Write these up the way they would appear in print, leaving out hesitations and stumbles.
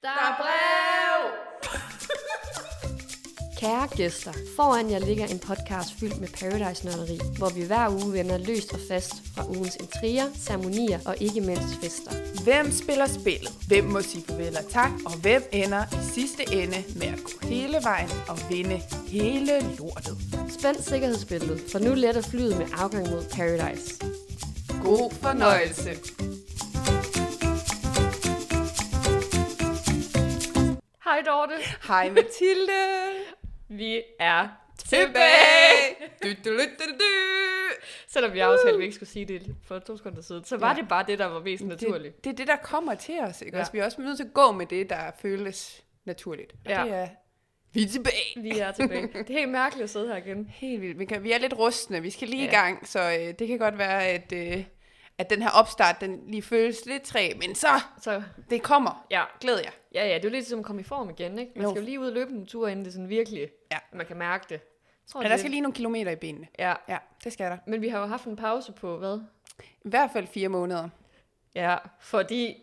Der er brev! Kære gæster, foran jer ligger en podcast fyldt med Paradise-nørderi, hvor vi hver uge vender løst og fast fra ugens intriger, ceremonier og ikke mindst fester. Hvem spiller spillet? Hvem må sige farvel og tak? Og hvem ender i sidste ende med at gå hele vejen og vinde hele lortet? Spænd sikkerhedsbæltet, for nu letter flyet med afgang mod Paradise. God fornøjelse! Hej Dorte. Hej Mathilde! Vi er Tilbage! Selvom vi aftalte, at vi ikke skulle sige det for 2 sekunder siden, så var det bare det, der var mest naturligt. Det er det, der kommer til os, ikke? Ja. Vi er også nødt til at gå med det, der føles naturligt. Og det er... Vi er tilbage! Vi er tilbage. Det er helt mærkeligt at sidde her igen. Helt vildt. Vi er lidt rustne. Vi skal lige i gang, så det kan godt være, at den her opstart, den lige føles lidt træ, men så det kommer. Ja. Glæder jeg. Ja, det er jo lidt som at komme i form igen, ikke? Man skal jo lige ud og løbe en tur, inden det sådan virkelig, man kan mærke det. Der skal lige nogle kilometer i benene. Ja, det skal der. Men vi har jo haft en pause på, hvad? I hvert fald 4 måneder. Ja, fordi...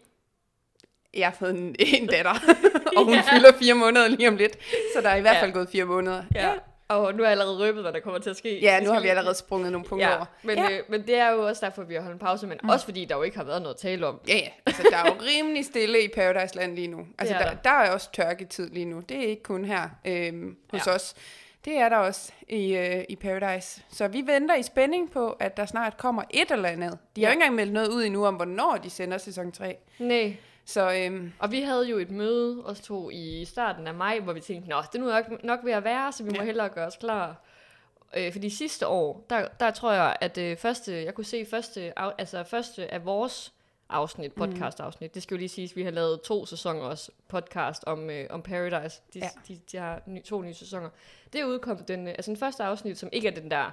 Jeg har fået en datter, og hun fylder 4 måneder lige om lidt, så der er i hvert fald gået 4 måneder. Ja. Og nu er jeg allerede røbet, hvad der kommer til at ske. Ja, nu har vi allerede sprunget nogle punkter over. Men det er jo også derfor, vi har holdt en pause, men også fordi der jo ikke har været noget at tale om. Ja, altså der er jo rimelig stille i Paradise Land lige nu. Altså der er også tørketid lige nu. Det er ikke kun her hos os. Det er der også i Paradise. Så vi venter i spænding på, at der snart kommer et eller andet. De har jo ikke engang meldt noget ud endnu om, hvornår de sender sæson 3. Nej. Så, og vi havde jo et møde, os to, i starten af maj, hvor vi tænkte, det er nu nok ved at være, så vi må hellere gøre os klar. Fordi sidste år, der tror jeg, at jeg kunne se første af vores afsnit, podcast-afsnit. Det skal jo lige siges, at vi har lavet 2 sæsoner også podcast om Paradise. De har 2 nye sæsoner. Det udkom den første afsnit, som ikke er den der...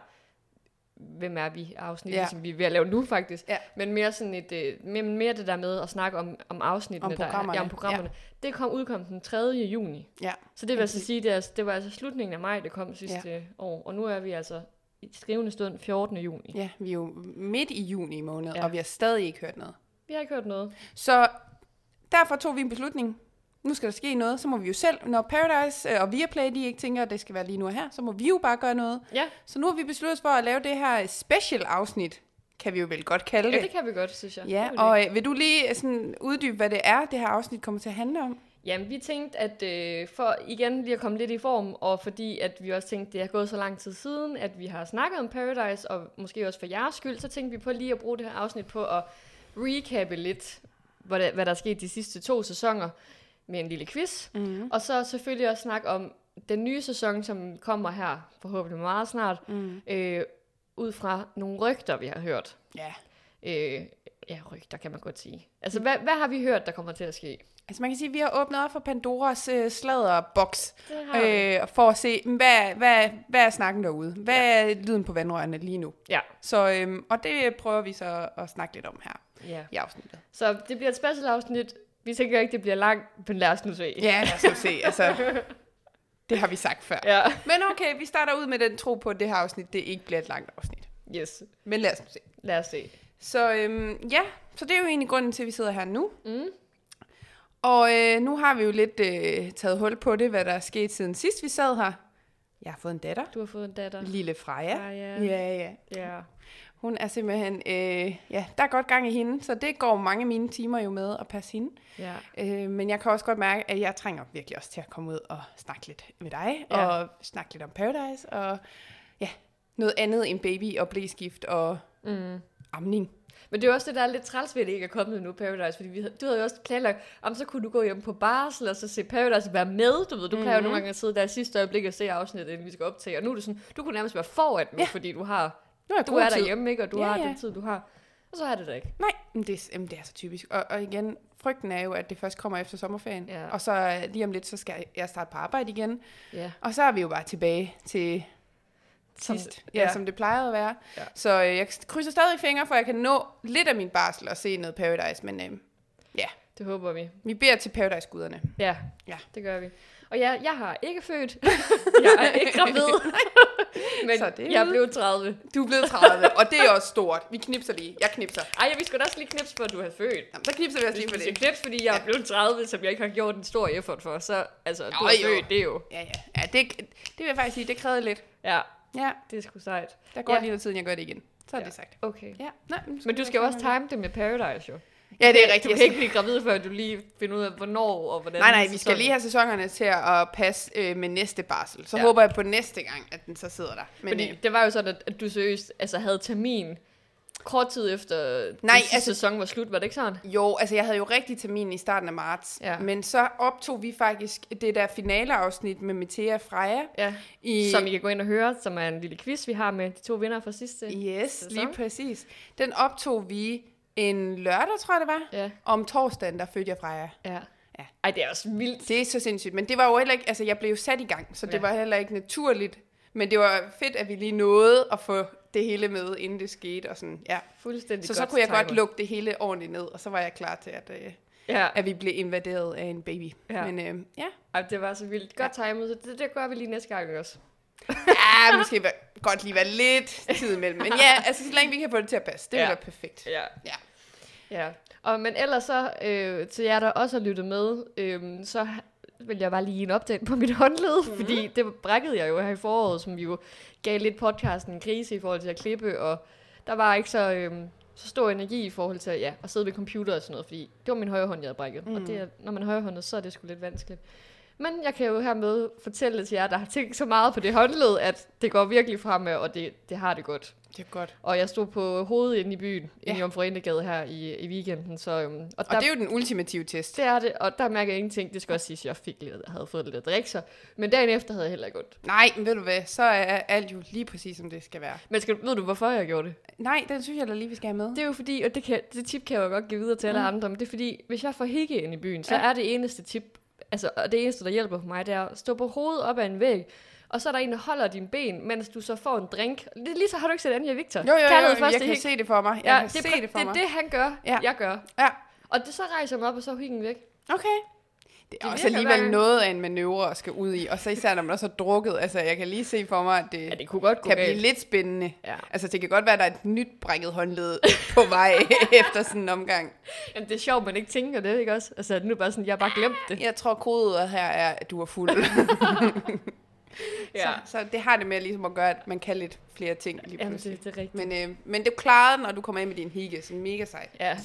Hvem er vi afsnit, som vi er ved at lave nu faktisk, men mere sådan mere det der med at snakke om afsnittene, om programmerne. Det udkom den 3. juni. Ja. Så det vil altså sige, det var altså slutningen af maj, det kom sidste år, og nu er vi altså i skrivende stund 14. juni. Ja, vi er jo midt i juni måned, og vi har stadig ikke hørt noget. Vi har ikke hørt noget. Så derfor tog vi en beslutning. Nu skal der ske noget, så må vi jo selv, når Paradise og Viaplay, de ikke tænker, at det skal være lige nu og her, så må vi jo bare gøre noget. Ja. Så nu har vi besluttet for at lave det her special afsnit, kan vi jo vel godt kalde det. Ja, det kan vi godt, synes jeg. Ja, og vil du lige sådan uddybe, hvad det er, det her afsnit kommer til at handle om? Jamen, vi tænkte, at for igen lige at komme lidt i form, og fordi at vi også tænkte, det er gået så lang tid siden, at vi har snakket om Paradise, og måske også for jeres skyld, så tænkte vi på lige at bruge det her afsnit på at recappe lidt, hvad der er sket de sidste 2 sæsoner, med en lille quiz, og så selvfølgelig også snakke om den nye sæson, som kommer her forhåbentlig meget snart, ud fra nogle rygter, vi har hørt. Ja. Rygter kan man godt sige. Altså, hvad har vi hørt, der kommer til at ske? Altså, man kan sige, at vi har åbnet op for Pandoras sladderboks, for at se, hvad er snakken derude? Hvad er lyden på vandrørene lige nu? Ja. Så, og det prøver vi så at snakke lidt om her i afsnittet. Så det bliver et special afsnit. Vi tænker ikke, det bliver langt, men lad os nu se. Ja, lad os nu se. Altså, det har vi sagt før. Ja. Men okay, vi starter ud med den tro på, at det her afsnit, det ikke bliver et langt afsnit. Yes. Men lad os nu se. Lad os se. Så så det er jo egentlig grunden til, at vi sidder her nu. Og nu har vi jo lidt taget hul på det, hvad der er sket siden sidst, vi sad her. Jeg har fået en datter. Du har fået en datter. Lille Freja. Ja. Hun er simpelthen, der er godt gang i hende, så det går mange af mine timer jo med at passe hende. Ja. Men jeg kan også godt mærke, at jeg trænger virkelig også til at komme ud og snakke lidt med dig, og snakke lidt om Paradise, og noget andet end baby og blæskift og amning. Men det er også det, der er lidt træls ved, at det ikke er kommet nu, Paradise, fordi du havde jo også planlagt, om så kunne du gå hjem på barsel, og så se Paradise og være med, du ved, du plejer jo nogle gange at sidde der i sidste øjeblik og se afsnittet, inden vi skal optage, og nu er det sådan, du kunne nærmest være foran nu, fordi du er derhjemme, ikke, og du har den tid, du har, og så har det da ikke. Nej, men det er så typisk, og igen, frygten er jo, at det først kommer efter sommerferien, og så lige om lidt, så skal jeg starte på arbejde igen, og så er vi jo bare tilbage til... sidst, som det plejede at være. Ja. Så jeg krydser stadig fingre, for jeg kan nå lidt af min barsel og se noget Paradise, men Det håber vi. Vi beder til Paradise-guderne. Ja, det gør vi. Og jeg har ikke født. Jeg er ikke gravid. Men jeg er blevet 30. Du er blevet 30, og det er også stort. Vi knipser lige. Jeg knipser. Ej, vi skulle da også lige knipse for, at du har født. Jamen, så knipser vi også lige for det. Vi skal knipse, fordi jeg er blevet 30, som jeg ikke har gjort en stor effort for. Så altså, du har født, det er jo... Ja, det vil jeg faktisk sige, det krævede lidt. Ja, det er sgu sejt. Der går lige noget tid, jeg gør det igen. Så er det sagt. Okay. Ja. Nej, men du skal jo også time det med Paradise, jo. Ja, det er rigtigt. Du kan ikke blive gravid, før du lige finder ud af, hvornår og hvordan. Nej, vi skal lige have sæsonerne til at passe med næste barsel. Så håber jeg på næste gang, at den så sidder der. Men, fordi det var jo sådan, at du seriøst havde termin kort tid efter sæson var slut, var det ikke sådan? Jo, altså jeg havde jo rigtig termin i starten af marts. Ja. Men så optog vi faktisk det der finaleafsnit med Metea og Freja. Ja, som I kan gå ind og høre, som er en lille quiz, vi har med de 2 vinder fra sidste sæson. Lige præcis. Den optog vi en lørdag, tror jeg det var. Ja. Om torsdagen, der fødte jeg Freja. Ja. Ej, det er også vildt. Det er så sindssygt. Men det var jo heller ikke, altså jeg blev jo sat i gang, så det var heller ikke naturligt. Men det var fedt, at vi lige nåede at få det hele med, inden det skete. Og sådan, fuldstændig så kunne jeg godt lukke det hele ordentligt ned, og så var jeg klar til, at vi blev invaderet af en baby. Ja. Men Ej, det var så vildt. Godt timet, så det gør vi lige næste gang også. Ja, måske godt lige være lidt tid imellem. Men altså så længe vi kan få det til at passe, det vil være perfekt. Ja. Og, men ellers så, til jer, der også har lyttet med, så vil jeg bare lige en update på mit håndled, fordi det brækkede jeg jo her i foråret, som jo gav lidt podcasten en krise i forhold til at klippe, og der var ikke så stor energi i forhold til at sidde ved computer og sådan noget, fordi det var min højre hånd, jeg havde brækket, og det, når man er højrehåndet, så er det sgu lidt vanskeligt. Men jeg kan jo hermed fortælle til jer, der har tænkt så meget på det håndled, at det går virkelig fremad, og det har det godt. Det er godt. Og jeg stod på hovedet inde i byen, inde i Jomfru-Ane-Gade her i weekenden. Så, og det er jo den ultimative test. Det er det, og der mærker jeg ingenting. Det skal også sige, at jeg havde fået lidt at drikke sig. Men dagen efter havde jeg heller ikke ondt. Nej, men ved du hvad, så er alt jo lige præcis, som det skal være. Men ved du, hvorfor jeg gjorde det? Nej, den synes jeg da lige, vi skal have med. Det er jo fordi, og det tip kan jeg jo godt give videre til alle andre, men det er fordi, hvis jeg får hikke ind i byen, så er det eneste tip, altså det eneste, der hjælper for mig, det er at stå på hovedet op ad en væg, og så er der en, der holder dine ben, mens du så får en drink. Det er lige så har du ikke set Anja Victor. Jo, jeg kan se det for mig. Det er det, han gør, jeg gør. Ja. Og det så rejser mig op, og så er hikken væk. Okay. Det er også alligevel noget af en manøvre at skal ud i, og så især når man også har drukket. Altså jeg kan lige se for mig, at det kunne godt kan blive lidt spændende. Ja. Altså det kan godt være, at der er et nyt brækket håndled på vej efter sådan en omgang. Jamen det er sjovt, man ikke tænker det, ikke også? Altså nu er bare sådan, jeg har bare glemt det. Jeg tror kodet her er, at du er fuld. Så det har det med ligesom at gøre, at man kan lidt flere ting lige pludselig. Jamen det er rigtigt. Men det er klaret, når du kommer ind med din hygge, så mega sejt. Ja.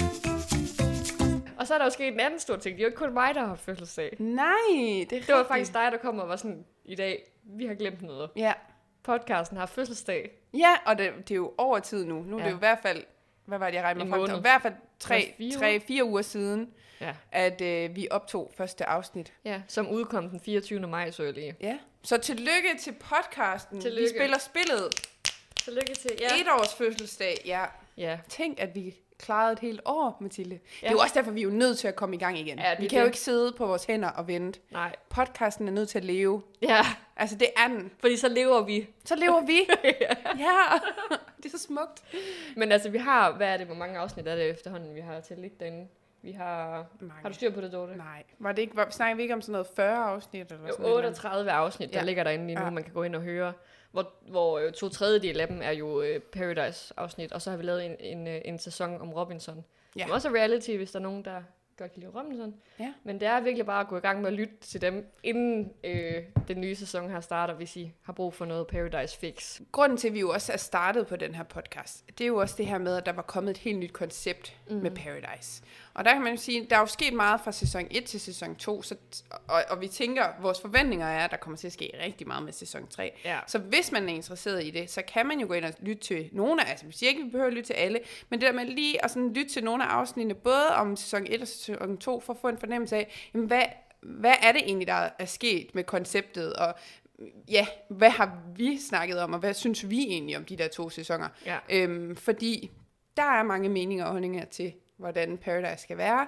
Og så er der jo sket en anden stor ting. Det er jo ikke kun mig, der har fødselsdag. Nej, det er rigtigt. Det var faktisk dig, der kom og var sådan, i dag, vi har glemt noget. Ja. Podcasten har fødselsdag. Ja, og det er jo over tid nu. Nu er det jo i hvert fald, hvad var det, jeg regnede mig frem til? I hvert fald 3-4 uger siden, at vi optog første afsnit. Ja, som udkom den 24. maj, så jeg lige. Ja, så tillykke til podcasten. Tillykke. Vi spiller spillet. Tillykke til, 1 års fødselsdag, ja. Tænk, at vi klarede et helt år, Mathilde. Det er jo også derfor, vi er jo nødt til at komme i gang igen. Ja, vi kan jo ikke sidde på vores hænder og vente. Nej. Podcasten er nødt til at leve. Ja. Altså, det er den. Fordi så lever vi. Så lever vi. Ja. Det er så smukt. Men altså, vi har, hvad er det, hvor mange afsnit er det efterhånden, vi har til at ligge derinde? Vi har... Mange. Har du styr på det, Dorte? Nej. Snakker vi ikke om sådan noget 40 afsnit? Eller sådan 38 afsnit, der ligger derinde lige nu, man kan gå ind og høre. Hvor 2/3 af dem er jo Paradise-afsnit, og så har vi lavet en sæson om Robinson. Ja. Som også er reality, hvis der er nogen, der godt kan lide Robinson. Ja. Men det er virkelig bare at gå i gang med at lytte til dem, inden den nye sæson her starter, hvis I har brug for noget Paradise Fix. Grunden til, at vi jo også er startet på den her podcast, det er jo også det her med, at der var kommet et helt nyt koncept med Paradise. Og der kan man jo sige, der er jo sket meget fra sæson 1 til sæson 2, og vi tænker, vores forventninger er, at der kommer til at ske rigtig meget med sæson 3. Ja. Så hvis man er interesseret i det, så kan man jo gå ind og lytte til nogle af, altså vi siger ikke, at vi behøver at lytte til alle, men det der med lige at sådan lytte til nogle af afsnittene, både om sæson 1 og sæson 2, for at få en fornemmelse af, jamen, hvad er det egentlig, der er sket med konceptet, og ja, hvad har vi snakket om, og hvad synes vi egentlig om de der 2 sæsoner? Ja. Fordi der er mange meninger og holdninger til, hvordan Paradise skal være.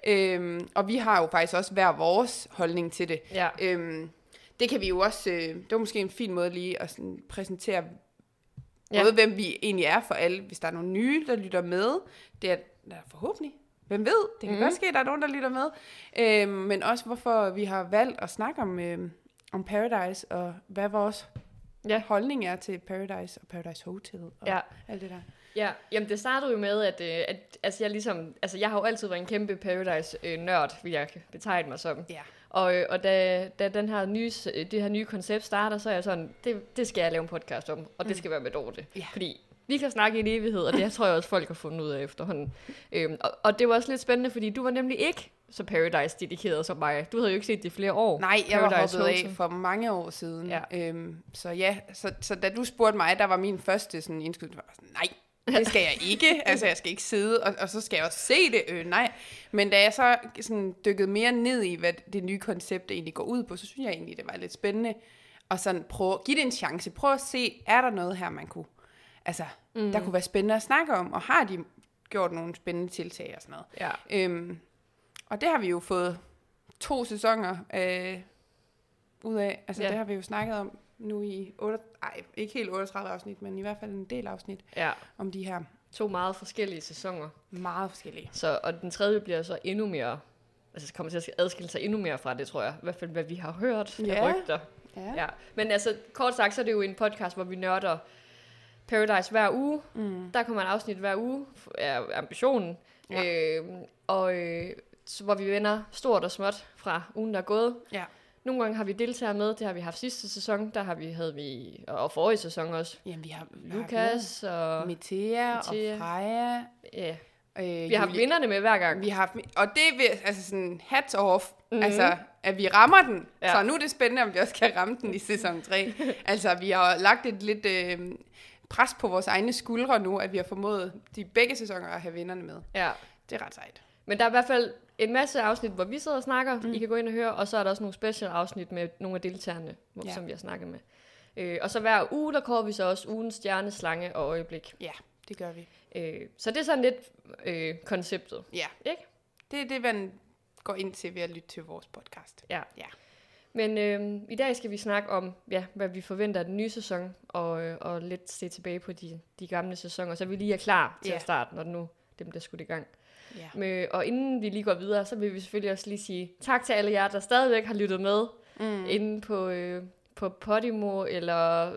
Og vi har jo faktisk også hver vores holdning til det. Ja. Det kan vi jo også... det var måske en fin måde lige at sådan præsentere både hvem vi egentlig er for alle. Hvis der er nogle nye, der lytter med, det er der forhåbentlig hvem ved, det kan godt ske, at der er nogen, der lytter med. Men også hvorfor vi har valgt at snakke om Paradise, og hvad vores holdning er til Paradise og Paradise Hotel og alt det der. Ja, jamen det startede jo med, at jeg har jo altid været en kæmpe Paradise-nørd, vil jeg betegne mig som. Ja. Og da det her nye koncept starter, så er jeg sådan, det skal jeg lave en podcast om, og det skal være med Dorte. Ja. Fordi vi kan snakke i en evighed, og det tror jeg også, folk har fundet ud af efterhånden. Og det var også lidt spændende, fordi du var nemlig ikke så Paradise-dedikeret som mig. Du havde jo ikke set det i flere år. Nej, jeg var hoppet af for mange år siden. Ja. Så da du spurgte mig, der var min første sådan indskydelse, var sådan, nej, det skal jeg ikke. Altså, jeg skal ikke sidde, og så skal jeg også se det. Nej. Men da jeg så sådan dykkede mere ned i, hvad det nye koncept egentlig går ud på, så synes jeg egentlig, det var lidt spændende. Og sådan give det en chance. Prøv at se, er der noget her, man kunne... Altså, der kunne være spændende at snakke om, og har de gjort nogle spændende tiltag og sådan noget. Ja. Og det har vi jo fået 2 sæsoner ud af. Altså, det har vi jo snakket om nu i ikke helt 38 afsnit, men i hvert fald en del afsnit om de her. 2 meget forskellige sæsoner. Meget forskellige. Og den tredje bliver så endnu mere, altså kommer til at adskille sig endnu mere fra det, tror jeg. I hvert fald, hvad vi har hørt af rygter. Ja. Men altså, kort sagt, så er det jo en podcast, hvor vi nørder Paradise hver uge. Der kommer en afsnit hver uge, er ambitionen. Ja. Hvor vi vender stort og småt fra ugen, der er gået. Ja. Nogle gange har vi deltagere med, det har vi haft sidste sæson, havde vi og forrige sæson også. Jamen, vi har Lukas og Metea og Freja. Ja. Vi har haft vinderne med hver gang. Og det er altså sådan hats off, altså at vi rammer den. Ja. Så nu er det spændende, om vi også kan ramme den i sæson 3. Altså, vi har lagt et lidt pres på vores egne skuldre nu, at vi har formået de begge sæsoner at have vinderne med. Ja. Det er ret sejt. Men der er i hvert fald en masse afsnit, hvor vi sidder og snakker. I kan gå ind og høre. Og så er der også nogle special afsnit med nogle af deltagerne, som vi har snakket med. Og så hver uge, der kårer vi så også ugens stjerne, slange og øjeblik. Ja, det gør vi. Så det er sådan lidt konceptet. Ja. Ikke? Det er det, man går ind til ved at lytte til vores podcast. Ja. Men i dag skal vi snakke om, hvad vi forventer af den nye sæson, og lidt se tilbage på de gamle sæsoner, så vi lige er klar til at starte, når nu dem der skulle i gang. Yeah. Og inden vi lige går videre, så vil vi selvfølgelig også lige sige tak til alle jer, der stadigvæk har lyttet med inde på Podimo, eller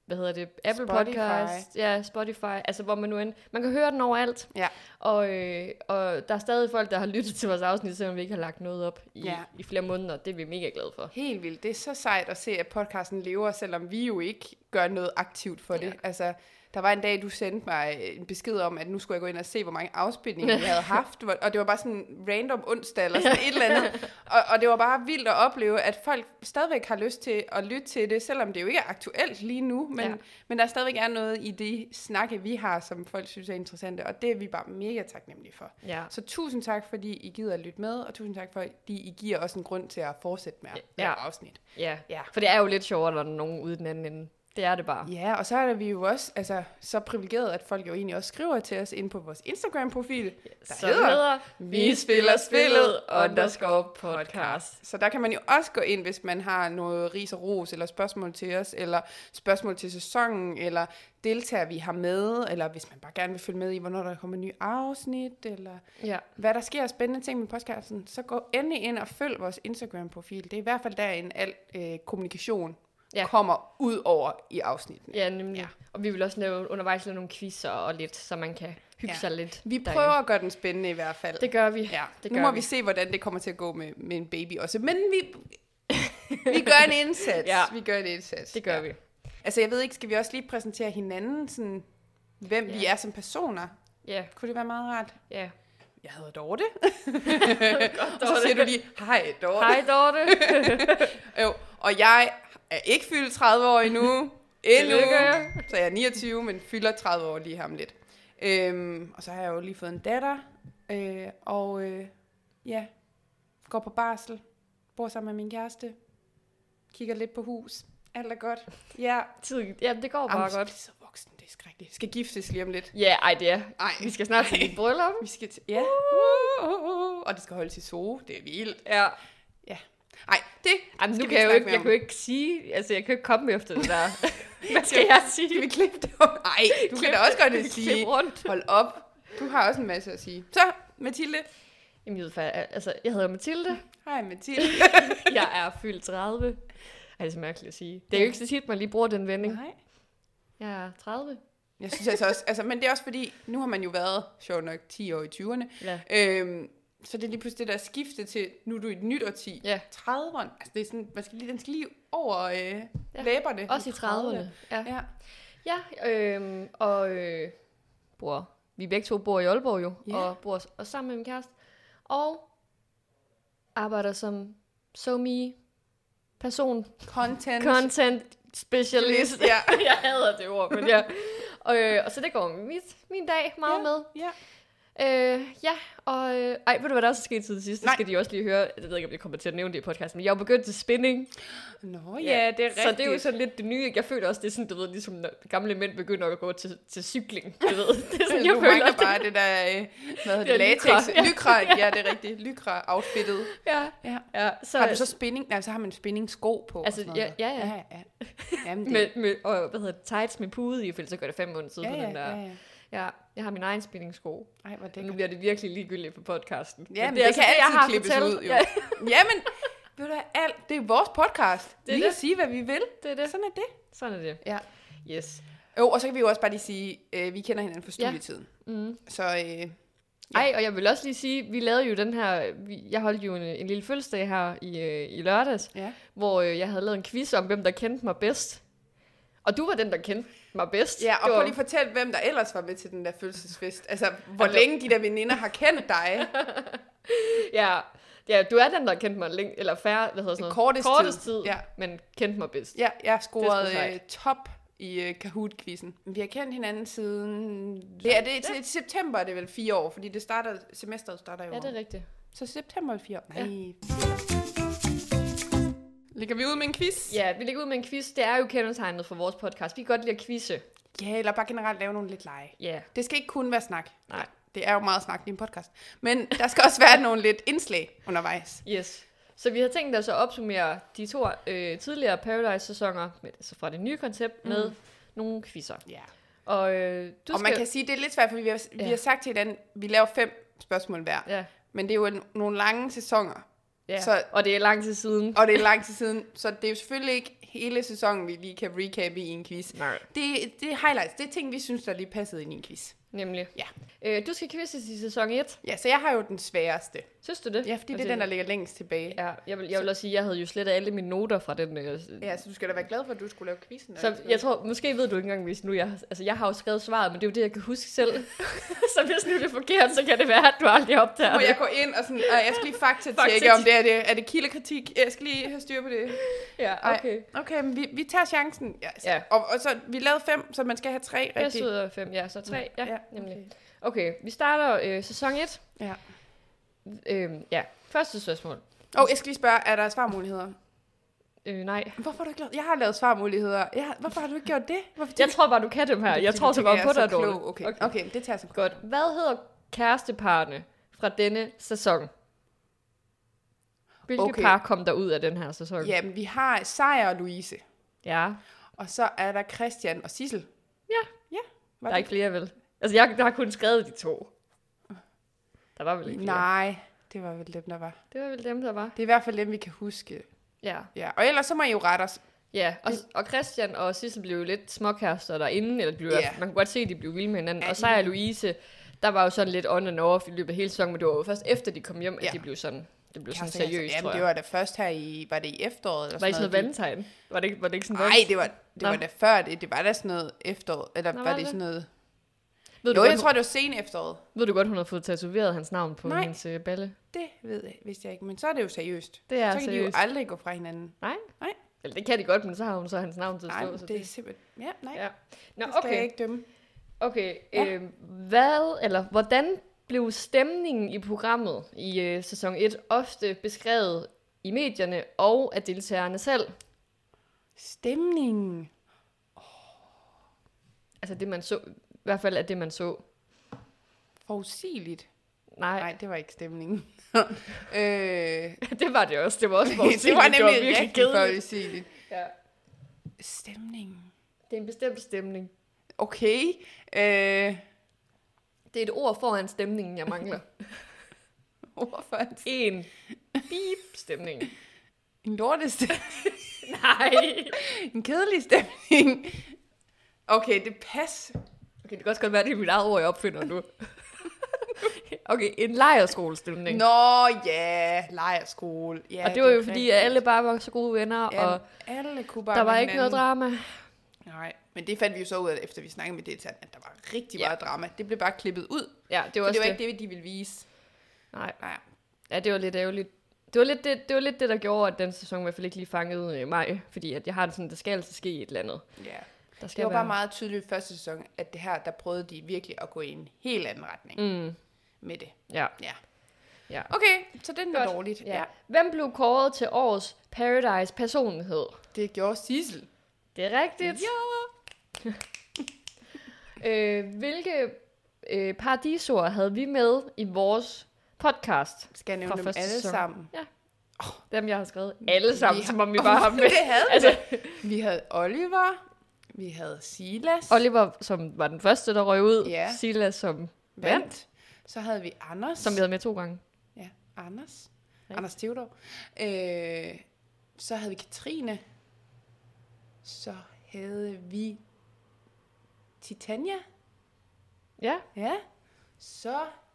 Apple Spotify. Podcast, Spotify, altså hvor man kan høre den overalt. Ja. Og der er stadig folk, der har lyttet til vores afsnit, selvom vi ikke har lagt noget op i flere måneder. Det er vi mega glade for. Helt vildt. Det er så sejt at se, at podcasten lever, selvom vi jo ikke gør noget aktivt for det. Altså, der var en dag, du sendte mig en besked om, at nu skulle jeg gå ind og se, hvor mange afspilninger vi havde haft. Og det var bare sådan random onsdag eller sådan et eller andet. Og det var bare vildt at opleve, at folk stadigvæk har lyst til at lytte til det, selvom det jo ikke er aktuelt lige nu. Men der stadigvæk er noget i de snakke, vi har, som folk synes er interessante. Og det er vi bare mega taknemmelige for. Ja. Så tusind tak, fordi I gider at lytte med. Og tusind tak, fordi I giver os en grund til at fortsætte med at lave afsnit. Ja, for det er jo lidt sjovere, når der er nogen ude den anden ende. Det er det bare. Ja, og så er vi jo også så privilegeret, at folk jo egentlig også skriver til os inde på vores Instagram-profil, der hedder Vi spiller spillet _podcast. Så der kan man jo også gå ind, hvis man har noget ris og ros, eller spørgsmål til os, eller spørgsmål til sæsonen, eller deltager vi har med, eller hvis man bare gerne vil følge med i, hvornår der kommer nye afsnit, eller hvad der sker af spændende ting med podcasten, så gå endelig ind og følg vores Instagram-profil. Det er i hvert fald derinde al kommunikation kommer ud over i afsnitten. Ja, nemlig. Ja. Og vi vil også lave undervejs nogle quizzer og lidt, så man kan hygge sig lidt. Vi prøver at gøre den spændende i hvert fald. Det gør vi. Ja. Nu må vi se, hvordan det kommer til at gå med en baby også. Men vi gør en indsats. Vi gør en indsats. Det gør vi. Altså, jeg ved ikke, skal vi også lige præsentere hinanden, sådan, hvem vi er som personer? Ja. Kunne det være meget rart? Ja. Jeg hedder Dorte. Og så siger du lige, hej Dorte. Hej Dorte. Jo, og jeg er ikke fyldt 30 år endnu. Så jeg er 29, men fylder 30 år lige ham lidt. Og så har jeg jo lige fået en datter. Går på barsel. Bor sammen med min kæreste. Kigger lidt på hus. Alt er godt. Ja, det går bare godt. Det er så voksen, det er skrækkeligt. Skal giftes lige om lidt. Ja, det er. Vi skal snart til et bryllup. Vi skal til, og det skal holdes i Zoo. Det er vildt. Ja. Nej, det nu kan jeg kan jo ikke sige, altså jeg kan jo ikke komme efter det der. Hvad skal jeg sige? Skal vi klippe det? Nej, du kan da også godt sige. Hold op. Du har også en masse at sige. Så, Mathilde. Jamen, jeg hedder Mathilde. Hej Mathilde. Jeg er fyldt 30. Ej, det er så mærkeligt at sige. Det er jo ikke så tit, man lige bruger den vending. Nej. Jeg er 30. Jeg synes også, men det er også fordi, nu har man jo været, sjovt nok, 10 år i 20'erne. Ja. Så det er lige pludselig det der skifte til, nu er du i et nyt årti. Ja. 30'erne. Altså det er sådan, den skal lige over læberne. Også i 30'erne. Ja. Vi begge to bor i Aalborg jo, Ja. og bor også sammen med min kæreste. Og arbejder som SoMe person. Content specialist. Ja. Jeg hader det ord, men ja. Og så det går min dag meget med. Ja. Ved du hvad der også er sket til det sidste? Det skal de også lige høre. Jeg ved ikke, om jeg kommer til at nævne det i podcasten, men jeg er jo begyndt til spinning. Nå ja, det er rigtigt. Så det er jo sådan lidt det nye. Jeg føler også, det er sådan, du ved, ligesom når gamle mænd begynder at gå til cykling. Du ved. Det er sådan, jeg føler også bare det der, hvad hedder det, latex. Lycra, ja, det er rigtigt. Lycra-outfittet. Ja. Så har du så spinning? Nej, så har man spinning-sko på. Altså, ja. Jamen, det... med tights med pude i, for så gør det 5 måneder siden på den der. Ja. Jeg har min egen spinningsko. Ej, hvor det nu bliver det virkelig ligegyldigt på podcasten. Ja, men det altså, kan altid klippes ud, jo. Jamen, ved du alt, det er vores podcast. Vi kan sige, hvad vi vil. Det er det. Sådan er det. Ja. Yes. Og så kan vi jo også bare lige sige, vi kender hinanden fra studietiden. Ja. Så, og jeg vil også lige sige, vi lavede jo den her, jeg holdt jo en lille fødselsdag her i lørdags, hvor jeg havde lavet en quiz om, hvem der kendte mig bedst. Og du var den, der kendte mig bedst. Ja, og prøv lige at fortælle, hvem der ellers var med til den der fødselsfest. Altså, hvor længe de der veninder har kendt dig. Ja, du er den, der kendte mig længe, eller færre, hvad hedder sådan noget? Kortest tid, men kendte mig bedst. Ja, jeg scorede top i Kahoot-quizzen. Vi har kendt hinanden siden... Til september er det vel 4 år, fordi semesteret starter jo. Ja, det er rigtigt. Så september er 4 år. Nej. Ligger vi ud med en quiz? Ja, vi ligger ud med en quiz. Det er jo kendetegnet for vores podcast. Vi kan godt lide at quizze. Ja, eller bare generelt lave nogle lidt lege. Ja. Det skal ikke kun være snak. Nej. Det er jo meget snak i en podcast. Men der skal også være nogle lidt indslag undervejs. Yes. Så vi har tænkt os at opsummere de 2 tidligere Paradise-sæsoner, altså fra det nye koncept, med nogle quizzer. Ja. Og man kan sige, det er lidt svært, fordi vi har sagt til hinanden, vi laver 5 spørgsmål hver. Ja. Men det er jo nogle lange sæsoner. Ja, og det er lang tid siden. Så det er jo selvfølgelig ikke hele sæsonen, vi lige kan recappe i en quiz. Nej. Det er highlights, det er ting, vi synes, der lige passede ind i en quiz. Nemlig. Ja. Du skal quizzes i sæson 1. Ja, så jeg har jo den sværeste. Synes du det? Ja, fordi det er den, der ligger længst tilbage. Ja, jeg vil også sige, at jeg havde jo slettet alle mine noter fra den. Ja, så du skal da være glad for, at du skulle lave quizzen. Så jeg tror, måske ved du ikke engang, hvis nu jeg har jo skrevet svaret, men det er jo det, jeg kan huske selv. Så hvis nu det er forkert, så kan det være, at du aldrig opdager det. Må jeg gå ind og sådan, jeg skal lige faktatjekke, om det er det kildekritik. Jeg skal lige have styr på det. Ja, okay. Okay, men vi tager chancen. Ja. Og så vi lavede 5, så man skal have 3 rigtigt. 1 ud af 5, så 3. Ja, nemlig. Okay, vi starter sæson 1. Ja. Første spørgsmål. Jeg skal lige spørge, er der svarmuligheder? Nej. Hvorfor har du ikke lavet? Jeg har lavet svarmuligheder. Hvorfor har du ikke gjort det? Jeg tror bare, du kan dem her. Jeg tror så bare på dig, Dorte. Okay, det tager jeg så godt. Hvad hedder kæresteparne fra denne sæson? Hvilke par kom der ud af den her sæson? Jamen, vi har Sejr og Louise. Ja. Og så er der Christian og Sissel. Ja. Der er ikke flere, vel? Altså, jeg har kun skrevet de 2. Der var vel ikke flere. Nej, det var vel dem, der var. Det var vel dem, der var. Det er i hvert fald dem, vi kan huske. Ja. Og ellers så må I jo rette os. Ja, og Christian og Sissel blev jo lidt småkærester derinde, eller man kunne godt se, at de blev vilde med hinanden. Og Sejr og Louise, der var jo sådan lidt on and off i løbet af hele sæsonen, men det var jo først efter de kom hjem, at de blev sådan... Det blev sådan seriøst, tror jeg. Det var da først her var det i efteråret? Eller var det sådan noget valentine? Var det ikke sådan noget? Nej, det var da før det. Det var da sådan noget efterår. Eller var det sådan noget... Jeg tror, det var sen efteråret. Ved du godt, hun har fået tatoveret hans navn på hendes balle? Det vidste jeg ikke, men så er det jo seriøst. Det er så kan seriøst. de jo aldrig gå fra hinanden. Nej. Eller det kan de godt, men så har hun så hans navn til at stå. Nej, det er simpelthen... Ja, nej. Ja. Nå, det skal jeg ikke dømme. Okay, hvordan blev stemningen i programmet i sæson 1 ofte beskrevet i medierne og af deltagerne selv? Stemningen? Altså det man så, i hvert fald af det man så. Forudsigeligt? Nej, det var ikke stemningen. Det var det også. Det var også forudsigeligt. Det var nemlig rigtig forudsigeligt. Ja. Stemningen? Det er en bestemt stemning. Okay. Det er et ord foran stemningen, jeg mangler. Hvorfor? En beep-stemning. En lortestemning. Nej. En kedelig stemning. Okay, det passer. Okay, det kan også godt være, det er mit eget ord, jeg opfinder nu. Okay, en lejrskolestemning. Nå ja, lejrskole. Ja, og det var jo fordi, at alle bare var så gode venner, ja, og alle kunne bare der var ikke noget drama. Nej, men det fandt vi jo så ud af, efter vi snakkede med deltagerne, at der var rigtig meget drama. Det blev bare klippet ud. Ja, det var også det var ikke det, de ville vise. Nej. Ja, det var lidt ærgerligt. Det var lidt det, der gjorde, at den sæson i hvert fald ikke lige fangede mig, fordi at jeg har det sådan, der skal altså ske et eller andet. Ja. Der skal det var bare meget tydeligt i første sæson, at det her, der prøvede de virkelig at gå i en helt anden retning med det. Ja. Okay, så den er dårligt. Ja. Hvem blev kåret til årets Paradise personlighed? Det gjorde Sissel. Det er rigtigt. Ja. Hvilke paradisord havde vi med i vores podcast? Skal jeg nævne dem alle sammen? Ja. Dem, jeg har skrevet alle sammen, som om vi bare har med. Det havde vi havde Oliver, vi havde Silas. Oliver, som var den første, der røg ud. Ja. Silas, som vandt. Så havde vi Anders. Som vi havde med 2 gange. Ja, Anders. Ja. Anders Theodor. Så havde vi Katrine. Så havde vi Titania. Ja. Ja. Så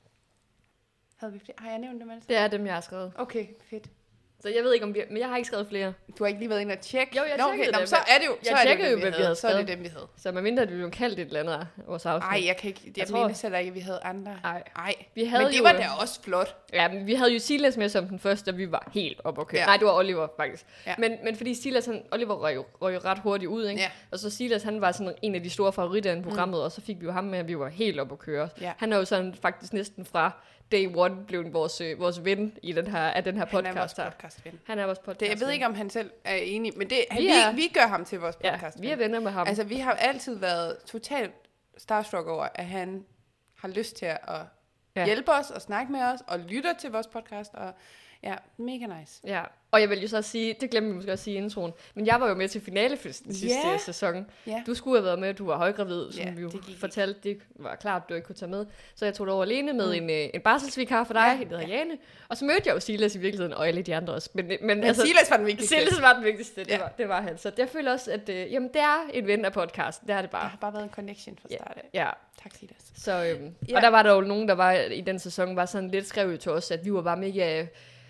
havde vi flere. Har jeg nævnt dem alle? Det er dem, jeg har skrevet. Okay, fedt. Så jeg ved ikke, om men jeg har ikke skrevet flere. Du har ikke lige været inde og tjekke? Jo, jeg tjekkede dem. Så er det jo, jeg tjekkede jo, hvad vi havde skrevet. Så er det dem, vi havde. Så medmindre, at vi blev kaldt et eller andet af vores afsnit. Nej, jeg kan ikke. Jeg mener selv ikke, at vi havde andre. Nej. Vi havde men det var da også flot. Ja, men vi havde jo Silas med som den første, og vi var helt op og køre. Ja. Nej, det var Oliver faktisk. Ja. Men fordi Silas, Oliver røg jo ret hurtigt ud, ikke? Ja. Og så Silas, han var sådan en af de store favoritter i programmet, og så fik vi jo ham med, at vi var helt op at køre. Ja. Han er jo sådan faktisk næsten fra day one blev vores ven i den her podcast. Han er vores podcastven. Han er vores podcastven. Jeg ved ikke, om han selv er enig, men det, vi gør ham til vores podcast. Ja, vi er venner med ham. Altså, vi har altid været totalt starstruck over, at han har lyst til at hjælpe os og snakke med os og lytter til vores podcast. Og ja, mega nice. Ja, og jeg vil jo så sige, det glemte vi måske også at sige i introen, men jeg var jo med til finalefesten sidste sæson. Yeah. Du skulle have været med, du var højgravid, som vi jo fortalte, det var klart, at du ikke kunne tage med. Så jeg tog det over alene med en barselsvikar for dig, der hedder Jane. Og så mødte jeg jo Silas i virkeligheden, og alle de andre også. Men altså, Silas var den vigtigste. Silas var den vigtigste, det var han. Så jeg føler også, at jamen, det er en ven af podcasten, det er det bare. Der har bare været en connection fra start af. Ja. Tak, Silas. Så, og der var der jo nogen, der var i den sæson, var sådan lidt skrevet til os, at vi var bare mega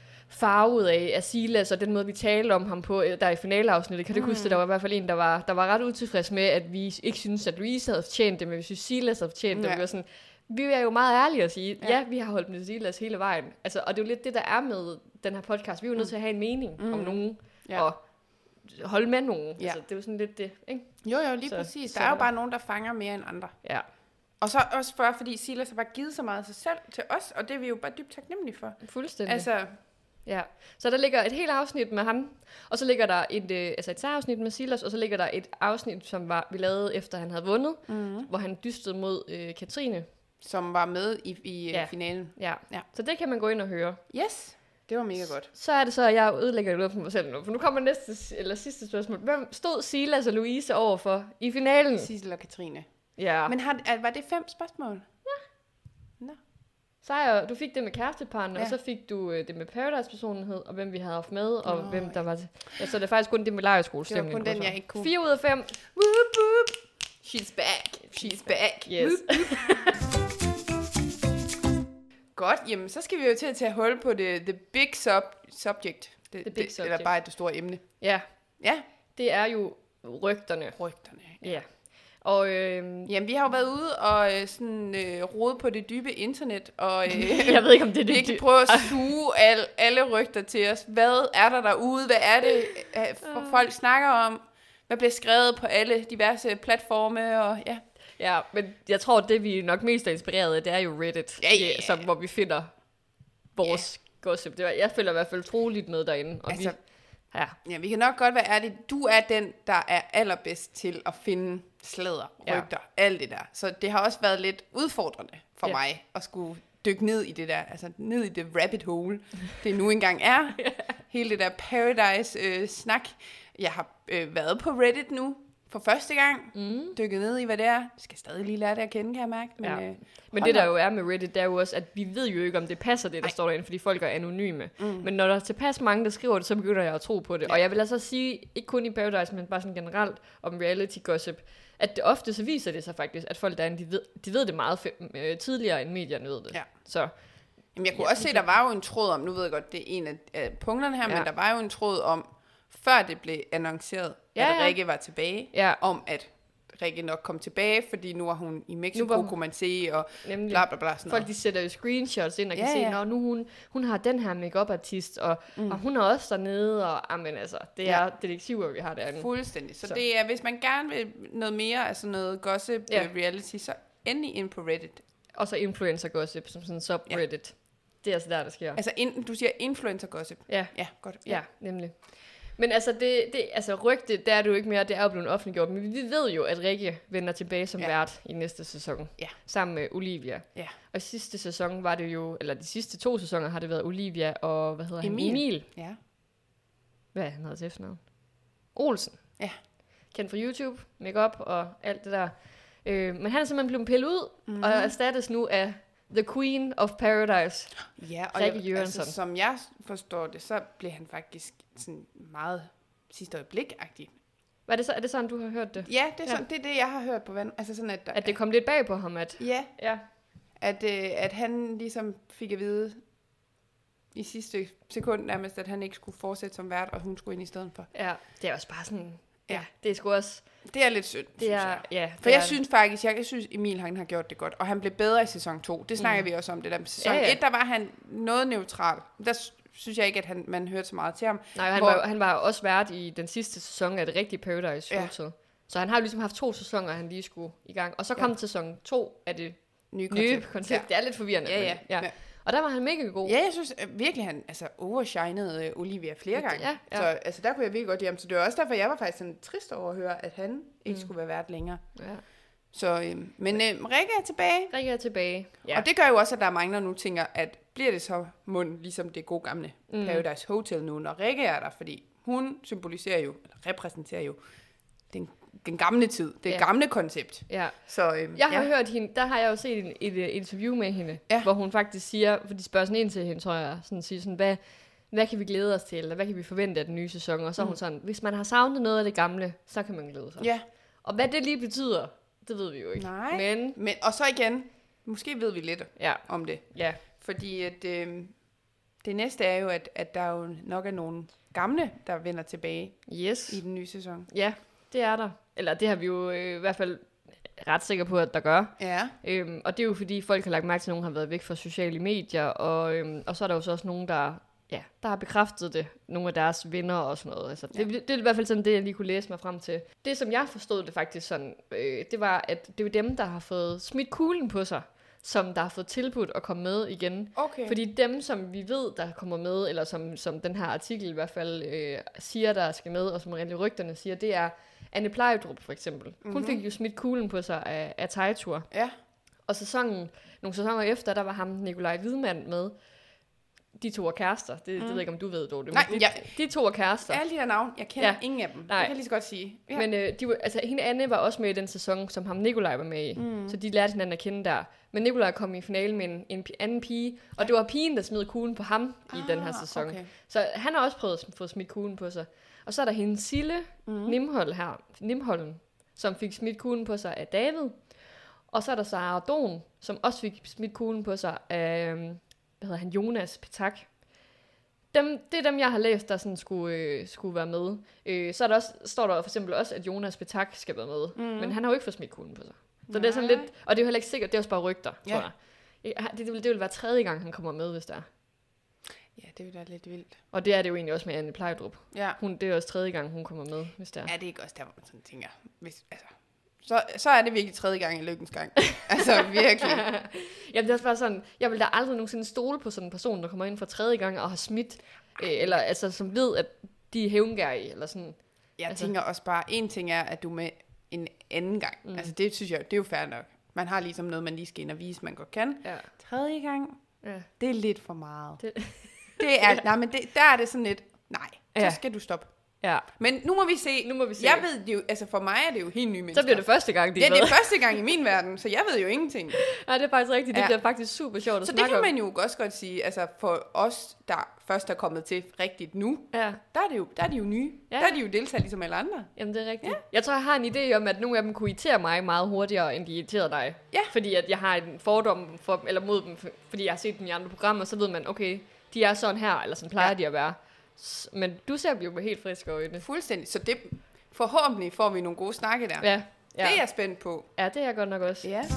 farvet af Silas, og den måde, vi talte om ham på, der i finaleafsnittet. Kan du huske, der var i hvert fald en, der var ret utilfreds med, at vi ikke synes at Louise havde fortjent det, men vi synes, Silas havde fortjent det. Vi var sådan, vi er jo meget ærlige at sige, vi har holdt med Silas hele vejen. Altså, og det er jo lidt det, der er med den her podcast. Vi er jo nødt til at have en mening om nogen, og holde med nogen. Altså, det er jo sådan lidt det, ikke? Jo, lige præcis. Der er jo bare nogen, der fanger mere end andre. Ja. Og så også fordi Silas har bare givet så meget af sig selv til os, og det er vi jo bare dybt taknemmelige for. Fuldstændig. Altså, ja, så der ligger et helt afsnit med ham, og så ligger der et særafsnit med Silas, og så ligger der et afsnit, som vi lavede efter han havde vundet, hvor han dystede mod Katrine. Som var med i finalen. Ja, så det kan man gå ind og høre. Yes, det var mega godt. Så er det så, at jeg ødelægger det for mig selv nu, for nu kommer sidste spørgsmål. Hvem stod Silas og Louise overfor i finalen? Sissel og Katrine. Ja. Men var det 5 spørgsmål? Ja. Nå. Sejr, du fik det med kærestepartner, og så fik du det med Paradise-personlighed, og hvem vi havde haft med, og hvem der var til. Ja, så det er faktisk kun det med lejrskolestemning. Det var kun den, jeg ikke kunne. 4 ud af 5. Whoop, whoop. She's back. Yes. Godt, jamen så skal vi jo til at tage hul på the big subject. The big subject. Eller bare det store emne. Ja. Ja. Det er jo rygterne. Ja. Og jamen, vi har jo været ude og rode på det dybe internet, og jeg ved ikke, om det er vi kan prøve at suge alle rygter til os. Hvad er der derude? Hvad er det, folk snakker om? Hvad bliver skrevet på alle diverse platforme? Og ja, men jeg tror, det vi nok mest er inspireret af, det er jo Reddit, hvor vi finder vores gossip. Jeg føler i hvert fald troligt med derinde. Og altså, vi kan nok godt være ærlige. Du er den, der er allerbedst til at finde sladder, rygter, alt det der. Så det har også været lidt udfordrende for mig at skulle dykke ned i det der, altså ned i det rabbit hole, det nu engang er. Hele det der Paradise-snak. Jeg har været på Reddit nu, for første gang dykket ned i, hvad det er. Jeg skal stadig lige lære det at kende, kan jeg mærke. Men, men det, der jo er med Reddit, det er jo også, at vi ved jo ikke, om det passer, det der står derinde, fordi folk er anonyme. Men når der er tilpas mange, der skriver det, så begynder jeg at tro på det. Ja. Og jeg vil altså sige, ikke kun i Paradise, men bare sådan generelt om reality gossip, at det ofte så viser det sig faktisk, at folk derinde, de ved det meget tidligere, end medierne ved det. Ja. Så... Jamen, jeg kunne også se, der var jo en tråd om, nu ved jeg godt, det er en af punkterne her, men der var jo en tråd om, før det blev annonceret, at Rikke var tilbage, om at Rikke nok kom tilbage, fordi nu er hun i Mexico, kunne man se, og bla bla bla. Sådan folk, de sætter jo screenshots ind og kan se, når nu hun har den her make-up-artist, og hun er også dernede, og amen, altså, det er detektiver, vi har derinde. Fuldstændig. Så det er, hvis man gerne vil noget mere, altså noget gossip, reality, så endelig ind på Reddit. Og så influencer gossip, som sådan subreddit. Ja. Det er altså der sker. Altså, du siger influencer gossip. Ja. Ja, godt. Ja, nemlig. Men altså, altså rygte, der er det jo ikke mere, det er jo blevet offentliggjort. Men vi ved jo, at Rikke vender tilbage som vært i næste sæson. Ja. Sammen med Olivia. Ja. Og sidste sæson var det jo, eller de sidste 2 sæsoner har det været Olivia og, hvad hedder han? Emil. Ja. Hvad er han hedder til efternavn? Olsen. Ja. Kendt fra YouTube, makeup og alt det der. Men han er simpelthen blevet pillet ud, og erstattes nu af The Queen of Paradise. Ja, og altså, som jeg forstår det, så blev han faktisk sådan meget sidste øjeblik-agtig. Er det sådan, du har hørt det? Ja, det er, sådan, det er det, jeg har hørt på vand. Altså sådan, at det kom lidt bag på ham, at... Ja. At han ligesom fik at vide i sidste sekund nærmest, at han ikke skulle fortsætte som vært, og hun skulle ind i stedet for. Ja, det er også bare sådan... Ja, det er sgu også... Det er lidt synd, synes jeg. Ja, for jeg synes faktisk, jeg synes Emil han har gjort det godt, og han blev bedre i sæson 2. Det snakker vi også om det der. Sæson 1, der var han noget neutral. Der synes jeg ikke, at man hørte så meget til ham. Nej, han var også vært i den sidste sæson af det rigtige Paradise Hotel. Så han har jo ligesom haft 2 sæsoner, han lige skulle i gang. Og så kom sæson 2 af det nye koncept. Ja. Det er lidt forvirrende. Ja. Og der var han mega god. Ja, jeg synes virkelig, han overshinede Olivia flere gange. Ja. Så altså, der kunne jeg virkelig godt lide ham. Så det var også derfor, jeg var faktisk sådan trist over at høre, at han ikke skulle være vært længere. Ja. Så, men Rikke er tilbage. Rikke er tilbage, ja. Og det gør jo også, at der er mange, der nu tænker, at bliver det så mund, ligesom det gode gamle Paradise Hotel nu, når Rikke er der, fordi hun symboliserer jo, eller repræsenterer jo, den gamle tid, det gamle koncept. Ja. Så, jeg har hørt hende, der har jeg jo set et interview med hende, hvor hun faktisk siger, for de spørger sådan ind til hende, tror jeg, sådan siger sådan, hvad kan vi glæde os til, eller hvad kan vi forvente af den nye sæson, og så er hun sådan, hvis man har savnet noget af det gamle, så kan man glæde sig. Ja. Og hvad det lige betyder, det ved vi jo ikke. Nej, men og så igen, måske ved vi lidt om det. Ja. Fordi at, det næste er jo, at der jo nok er nogle gamle, der vender tilbage i den nye sæson. Ja, det er der. Eller det har vi jo i hvert fald ret sikre på, at der gør. Ja. Og det er jo fordi, folk har lagt mærke til, at nogen har været væk fra sociale medier, og så er der jo så også nogen, der har bekræftet det. Nogle af deres venner og sådan noget. Altså, det er i hvert fald sådan det, jeg lige kunne læse mig frem til. Det, som jeg forstod det faktisk sådan, det var, at det er jo dem, der har fået smidt kuglen på sig, som der har fået tilbudt at komme med igen. Okay. Fordi dem, som vi ved, der kommer med, eller som den her artikel i hvert fald siger, der skal med, og som rigtig rygterne siger, det er Anne Plejdrup for eksempel. Hun fik jo smidt kuglen på sig af Tejtur. Ja. Og nogle sæsoner efter, der var ham Nikolaj Hvidmann med. De 2 er kærester. Det ved jeg ikke, om du ved, Dorte. Nej, de 2 er kærester. Alle de her navn, jeg kender ingen af dem. Nej. Det kan jeg lige så godt sige. Ja. Men hende Anne var også med i den sæson, som ham Nikolaj var med i. Så de lærte hinanden at kende der. Men Nikolaj kom i finalen med en anden pige, og det var pigen, der smed kuglen på ham i den her sæson. Okay. Så han har også prøvet at få smidt kuglen på sig. Og så er der hende Sille Nimholm, som fik smidt kuglen på sig af David. Og så er der Sara Don, som også fik smidt kuglen på sig af Jonas Petak. Det er dem, jeg har læst, der sådan skulle være med. Så er der også, står der for eksempel også, at Jonas Petak skal være med. Men han har jo ikke fået smidt kuglen på sig. Så det er sådan lidt, og det er jo heller ikke sikkert, det er også bare rygter, tror jeg. Det vil være 3. gang, han kommer med, hvis der er. Ja, det vil være lidt vildt. Og det er det jo egentlig også med Anne Plejdrup. Ja. Det er også 3. gang, hun kommer med, hvis der er. Ja, det er ikke også der, hvor man sådan tænker, så er det virkelig 3. gang i lykkens gang. Altså, virkelig. Jamen, det er også bare sådan, jeg vil da aldrig nogensinde stole på sådan en person, der kommer ind for 3. gang og har smidt, eller altså, som ved, at de er hævngærige, eller sådan. Jeg tænker også bare, en ting er, at du med en anden gang. Altså, det synes jeg, det er jo fair nok. Man har ligesom noget, man lige skal ind og vise, man godt kan. Ja. 3. gang, det er lidt for meget. Det er, nej, men der er det sådan lidt, så skal du stoppe. Ja. Men nu må vi se. Jeg ved det jo, altså for mig er det jo helt nye mennesker. Så bliver det første gang, det er første gang i min verden, så jeg ved jo ingenting. Nej, det er faktisk rigtigt. Det bliver faktisk super sjovt at snakke om. Så det kan man jo også godt sige, altså for os, der først er kommet til rigtigt nu, der er de jo nye. Ja. Der er de jo deltager ligesom alle andre. Jamen, det er rigtigt. Ja. Jeg tror, jeg har en idé om, at nogle af dem kunne irritere mig meget hurtigere, end de irriterede dig. Ja. Fordi at jeg har en fordom mod dem, fordi jeg har set dem i andre programmer, så ved man, okay, de er sådan her, eller sådan plejer de at være. Men du ser dem jo med helt friske øjne. Fuldstændig. Så det, forhåbentlig får vi nogle gode snakke der. Ja. Det er jeg spændt på. Ja, det er jeg godt nok også. Ja.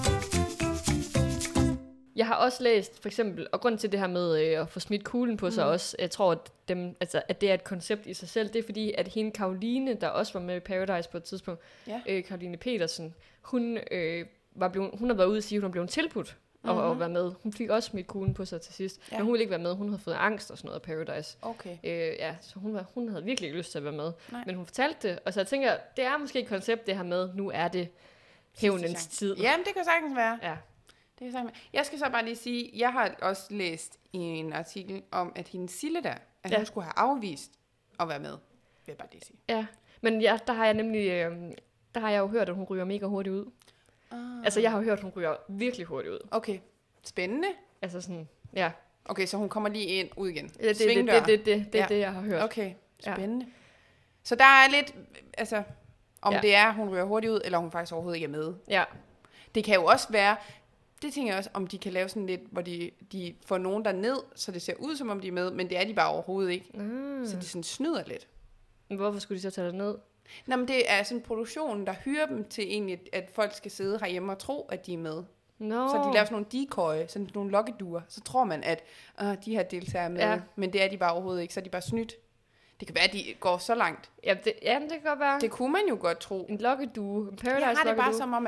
Jeg har også læst, for eksempel, og grund til det her med at få smidt kuglen på sig også, jeg tror, at det er et koncept i sig selv, det er fordi, at hende Caroline, der også var med i Paradise på et tidspunkt, Caroline Petersen, hun har været ude at sige, at hun er blevet tilbudt at være med. Hun fik også smidt kuglen på sig til sidst, men hun ville ikke være med. Hun havde fået angst og sådan noget af Paradise. Okay. Så hun havde virkelig ikke lyst til at være med. Nej. Men hun fortalte det, og så jeg tænker, det er måske et koncept, det her med, nu er det hævnens tid. Jamen, det kan sagtens være. Ja. Jeg skal så bare lige sige, jeg har også læst i en artikel om, at hendes Sille der, at hun skulle have afvist at være med. Vil jeg bare lige sige. Ja, men der har jeg nemlig, der har jeg jo hørt, at hun ryger mega hurtigt ud. Altså, jeg har hørt, at hun ryger virkelig hurtigt ud. Okay, spændende. Altså sådan, ja. Okay, så hun kommer lige ind, ud igen. Det er det, jeg har hørt. Okay, spændende. Ja. Så der er lidt, altså, om det er, hun ryger hurtigt ud, eller hun faktisk overhovedet ikke er med. Ja. Det kan jo også være, det tænker jeg også, om de kan lave sådan lidt, hvor de får nogen der ned, så det ser ud, som om de er med, men det er de bare overhovedet ikke. Så de sådan snyder lidt. Men hvorfor skulle de så tage det ned? Nå, men det er sådan produktionen, der hyrer dem til egentlig, at folk skal sidde herhjemme og tro, at de er med. No. Så de laver sådan nogle decoy, sådan nogle lokkeduer. Så tror man, at de her deltager med, men det er de bare overhovedet ikke, så er de bare snydt. Det kan være, at de går så langt. Jamen, det kan godt være. Det kunne man jo godt tro. En lokkedue, en Paradise Jeg har det bare som om,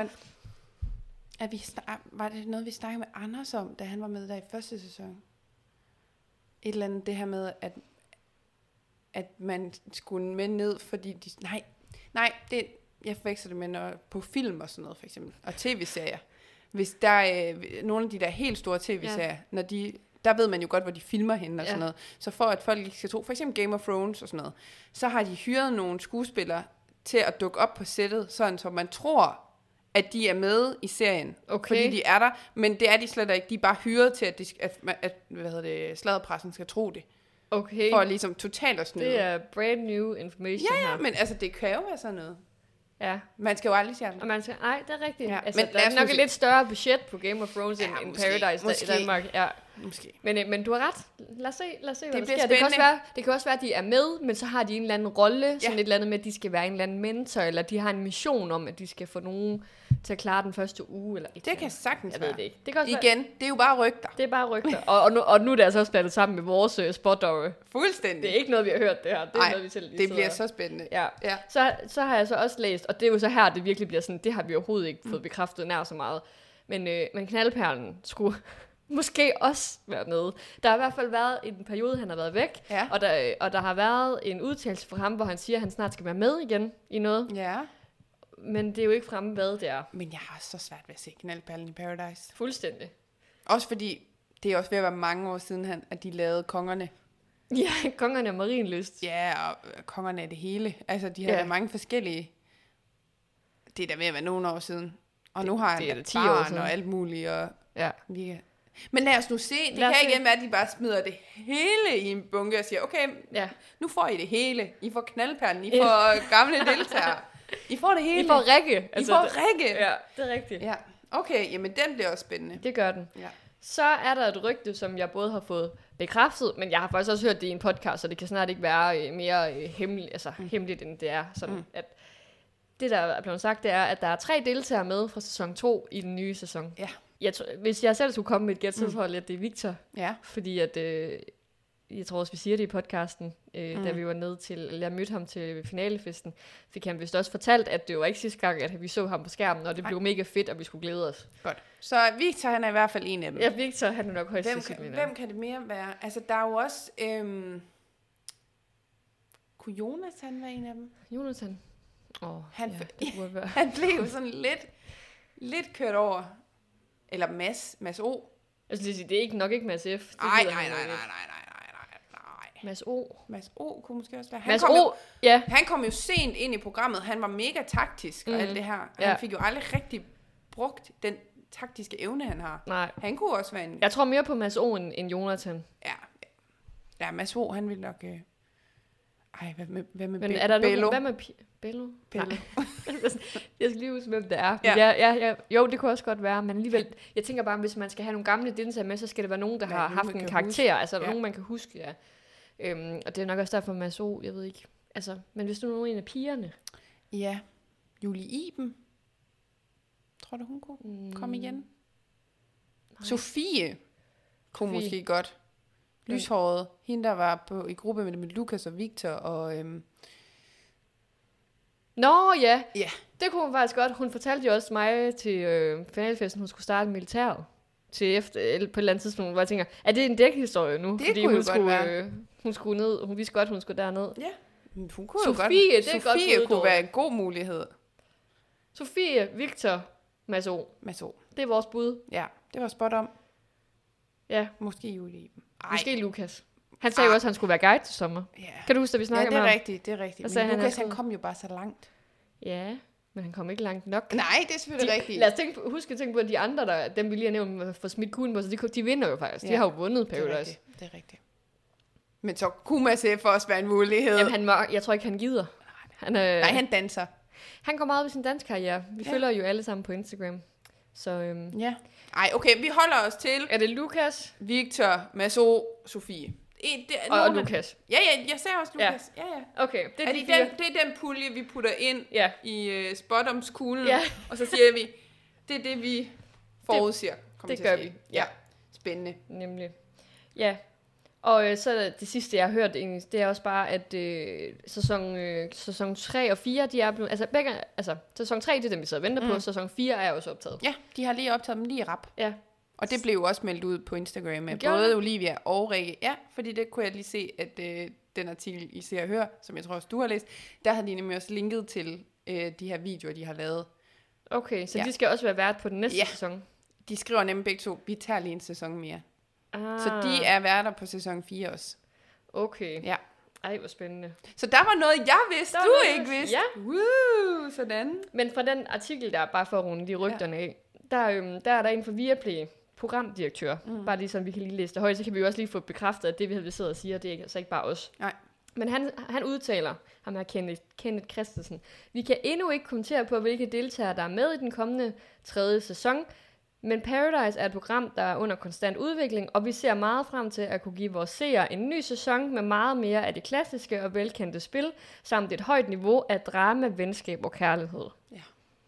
at var det noget, vi snakkede med Anders om, da han var med der i første sæson? Et eller andet, det her med, at man skulle med ned, fordi de... Nej, jeg forveksler det med på film og sådan noget, for eksempel. Og tv-serier. Hvis der er nogle af de der helt store tv-serier, når der ved man jo godt, hvor de filmer henne og sådan noget. Så for at folk ikke skal tro, for eksempel Game of Thrones og sådan noget, så har de hyret nogle skuespillere til at dukke op på sættet, sådan så man tror, at de er med i serien, fordi de er der, men det er de slet ikke. De er bare hyret til, at sladderpressen skal tro det. Okay. For ligesom totalt at snyde. Det er brand new information her. Ja, men altså, det kan jo være sådan noget. Ja. Man skal jo aldrig sige det. Nej, det er rigtigt. Ja, altså, men der er nok et lidt større budget på Game of Thrones end Paradise i Danmark. Ja. Måske. Men du har ret. Lad os se, hvad der sker. Det kan også være, at de er med, men så har de en eller anden rolle, sådan et eller andet med, at de skal være en eller anden mentor, eller de har en mission om, at de skal få nogen til at klare den første uge. Eller det kan sagtens være. Jeg ved det ikke. Det kan også igen, det er jo bare rygter. Det er bare rygter. og nu er det altså også blandet sammen med vores spotdogge. Fuldstændig. Det er ikke noget, vi har hørt det her. Det er noget, vi selv lige det bliver så spændende. Ja. Så har jeg så også læst, og det er jo så her, det virkelig bliver sådan, det har vi overhovedet ikke fået bekræftet nær så meget. Men knaldperlen skulle måske også være med. Der har i hvert fald været en periode, han har været væk, og der har været en udtalelse fra ham, hvor han siger, at han snart skal være med igen i noget. Ja. Men det er jo ikke fremme, hvad det er. Men jeg har så svært ved at se knaldperlen i Paradise. Fuldstændig. Også fordi, det er også ved at være mange år siden, at de lavede Kongerne. Ja, Kongerne og Marienlyst. Ja, og Kongerne er det hele. Altså, de har mange forskellige. Det er da ved at være nogle år siden. Og nu har han 10 år siden. Og alt muligt. Og men lad os nu se. Det kan igen være, at de bare smider det hele i en bunke og siger, okay, nu får I det hele. I får knaldperlen, I får gamle deltagere. I får det hele. I får Rikke. Altså, I får Rikke. Ja, det er rigtigt. Ja. Okay, jamen den bliver også spændende. Det gør den. Ja. Så er der et rygte, som jeg både har fået bekræftet, men jeg har faktisk også hørt det i en podcast, så det kan snart ikke være mere hemmeligt, end det er. Sådan, at det, der er blevet sagt, det er, at der er 3 deltagere med fra sæson 2 i den nye sæson. Ja. Hvis jeg selv skulle komme med et gæt, så tror jeg, at det er Victor. Ja. Fordi at... jeg tror også, vi siger det i podcasten, da vi var nede til, jeg mødte ham til finalefesten, fik han vist også fortalt, at det var ikke sidste gang, at vi så ham på skærmen, og det blev mega fedt, og vi skulle glæde os. Godt. Så Victor, han er i hvert fald en af dem. Ja, Victor, han er nok højst hvem kan det mere være? Altså, der er jo også... kunne Jonathan være en af dem? Jonathan? Han blev jo sådan lidt kørt over. Eller Mads O. Altså, det er nok ikke Mads F. Nej. Mads O. Mads O kunne måske også være. Han kom jo sent ind i programmet. Han var mega taktisk og alt det her. Han fik jo aldrig rigtig brugt den taktiske evne, han har. Nej. Han kunne også være en... Jeg tror mere på Mads O end Jonathan. Ja, Mads O, han ville nok... hvad med Men er der Bello? Hvad med Bello? Jeg skal lige huske, hvem det er. Ja. Jo, det kunne også godt være, men alligevel, jeg tænker bare, hvis man skal have nogle gamle deltagere med, så skal det være nogen, der har haft en karakter, altså nogen, man kan huske, ja. Og det er nok også derfor Mads O, jeg ved ikke. Altså, men hvis du nu er en af pigerne. Ja, Julie Iben. Tror du, hun kunne komme igen? Nej. Sofie kunne måske godt. Lyshåret. Hende, der var i gruppe med Lukas og Victor og... Nå ja, det kunne hun faktisk godt. Hun fortalte jo også mig til finalfesten, hun skulle starte militæret. Til efter, på et eller andet tidspunkt, hvor jeg tænker, er det en dækhistorie nu? Det fordi kunne hun skulle, være. Hun skulle ned, hun vidste godt, hun skulle derned. Ja, men hun kunne Sofie, jo godt. Sofie kunne være en god mulighed. Sofie, Victor, Mads O. Det er vores bud. Ja, det var spot om. Ja. Måske Julie. Måske Lukas. Han sagde jo også, at han skulle være guide til sommer. Ja. Kan du huske, at vi snakkede med ham? Ja, det er rigtigt. Men Lukas, han kom jo bare så langt. Ja, men han kom ikke langt nok. Nej, det er selvfølgelig rigtigt. Lad os huske at tænke på, at de andre, dem vi lige har nævnt for smidt kuglen på, så de vinder jo faktisk. De har jo vundet Paradise. Det er rigtigt. Men så kunne Mads F. også være en mulighed. Jamen, jeg tror ikke, han gider. Nej, han danser. Han går meget ved sin danskarriere. Vi følger jo alle sammen på Instagram. Så, ja. Ej, okay, vi holder os til... Er det Lukas? Victor, Mads O, Sofie. Og Lukas. Ja, jeg sagde også Lukas. Ja. Okay, det er den pulje, vi putter ind i spottomskuglen, og så siger vi, det er det, vi forudsiger. Det gør vi. Ja. Spændende. Nemlig. Ja. Og så det sidste, jeg har hørt, det er også bare, at sæson 3 og 4, de er blevet... Altså, sæson 3, det er dem, vi sidder og venter på. Sæson 4 er også optaget. Ja, de har lige optaget dem lige rap. Ja. Og det blev jo også meldt ud på Instagram med både Olivia og Rikke. Ja, fordi det kunne jeg lige se, at den artikel, I ser og hører, som jeg tror også, du har læst, der har de nemlig også linket til de her videoer, de har lavet. Okay, så de skal også være vært på den næste sæson? De skriver nemlig begge to, vi tager lige en sæson mere. Så de er værter på sæson 4 også. Okay. Ja. Ej, hvor spændende. Så der var noget, jeg vidste, du ikke vidste. Ja. Woo, sådan. Men fra den artikel der, bare for at runde de rygterne af, der er der en for Viaplay, programdirektør. Bare lige så vi kan lige læse det højt, så kan vi jo også lige få bekræftet, at det vi har siddet og siger, det er altså ikke bare os. Nej. Men han udtaler, ham her Kenneth Christensen, vi kan endnu ikke kommentere på, hvilke deltagere, der er med i den kommende 3. sæson, men Paradise er et program, der er under konstant udvikling, og vi ser meget frem til at kunne give vores seere en ny sæson med meget mere af det klassiske og velkendte spil, samt et højt niveau af drama, venskab og kærlighed. Ja.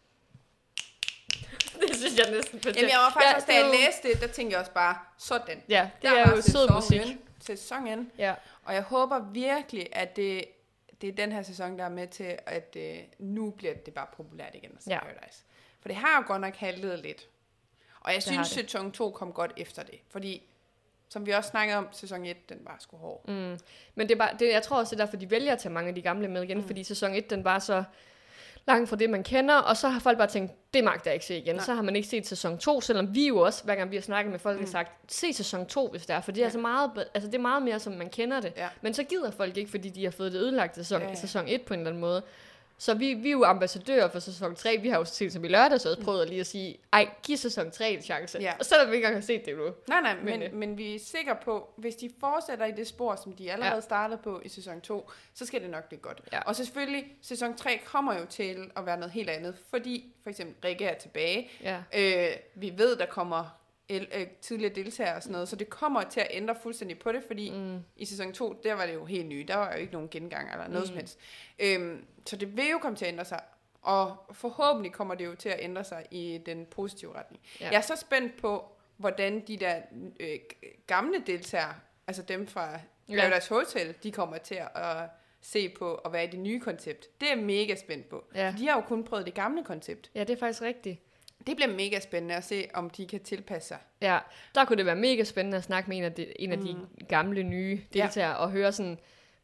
Det synes jeg næsten fortæller. Jamen jeg var faktisk også, da jeg læste det, der tænkte jeg også bare, sådan. Ja, det er jo sød musik. Sæsonen. Ja. Og jeg håber virkelig, at det er den her sæson, der er med til, at nu bliver det bare populært igen. Paradise. For det har jo godt nok haltet lidt. Og jeg synes, sæson 2 kom godt efter det. Fordi, som vi også snakkede om, sæson 1, den var sgu hård. Men det er bare, jeg tror også, det er derfor, de vælger at tage mange af de gamle med igen. Fordi sæson 1, den var så langt fra det, man kender. Og så har folk bare tænkt, det magter jeg ikke se igen. Nej. Så har man ikke set sæson 2, selvom vi jo også, hver gang vi har snakket med folk, har sagt, se sæson 2, hvis det er. For det er, altså meget, det er meget mere, som man kender det. Ja. Men så gider folk ikke, fordi de har fået det ødelagt sæson 1 på en eller anden måde. Så vi er jo ambassadører for sæson 3. Vi har jo set som i lørdag, så prøvet lige at sige, ej, giv sæson 3 en chance. Ja. Og selvom vi ikke engang har set det nu. Nej, men vi er sikre på, hvis de fortsætter i det spor, som de allerede startede på i sæson 2, så skal det nok blive godt. Ja. Og selvfølgelig, sæson 3 kommer jo til at være noget helt andet, fordi for eksempel Rikke er tilbage. Ja. Vi ved, der kommer tidligere deltagere og sådan noget, så det kommer til at ændre fuldstændig på det, fordi i sæson 2, der var det jo helt nye, der var jo ikke nogen gengang eller noget som helst. Så det vil jo komme til at ændre sig, og forhåbentlig kommer det jo til at ændre sig i den positive retning. Ja. Jeg er så spændt på, hvordan de der gamle deltagere, altså dem fra Paradise Hotel, de kommer til at se på og være i det nye koncept. Det er jeg mega spændt på. Ja. De har jo kun prøvet det gamle koncept. Ja, det er faktisk rigtigt. Det bliver mega spændende at se, om de kan tilpasse sig. Ja, der kunne det være mega spændende at snakke med en af de gamle, nye deltagere, og høre sådan,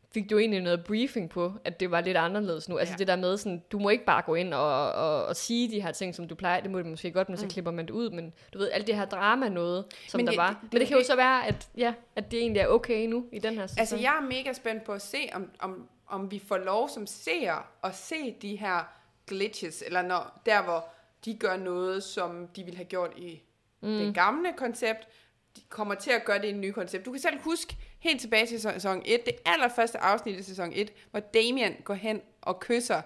fik du egentlig noget briefing på, at det var lidt anderledes nu. Altså det der med sådan, du må ikke bare gå ind og sige de her ting, som du plejer. Det må du måske godt, men så klipper man det ud. Men du ved, alt det her drama noget, som der var. Men det kan jo så være, at det egentlig er okay nu i den her sæson. Altså jeg er mega spændt på at se, om vi får lov som seere at se de her glitches, eller der hvor de gør noget, som de ville have gjort i det gamle koncept, de kommer til at gøre det i en ny koncept. Du kan selv huske helt tilbage til sæson 1, det allerførste afsnit i sæson 1, hvor Damien går hen og kysser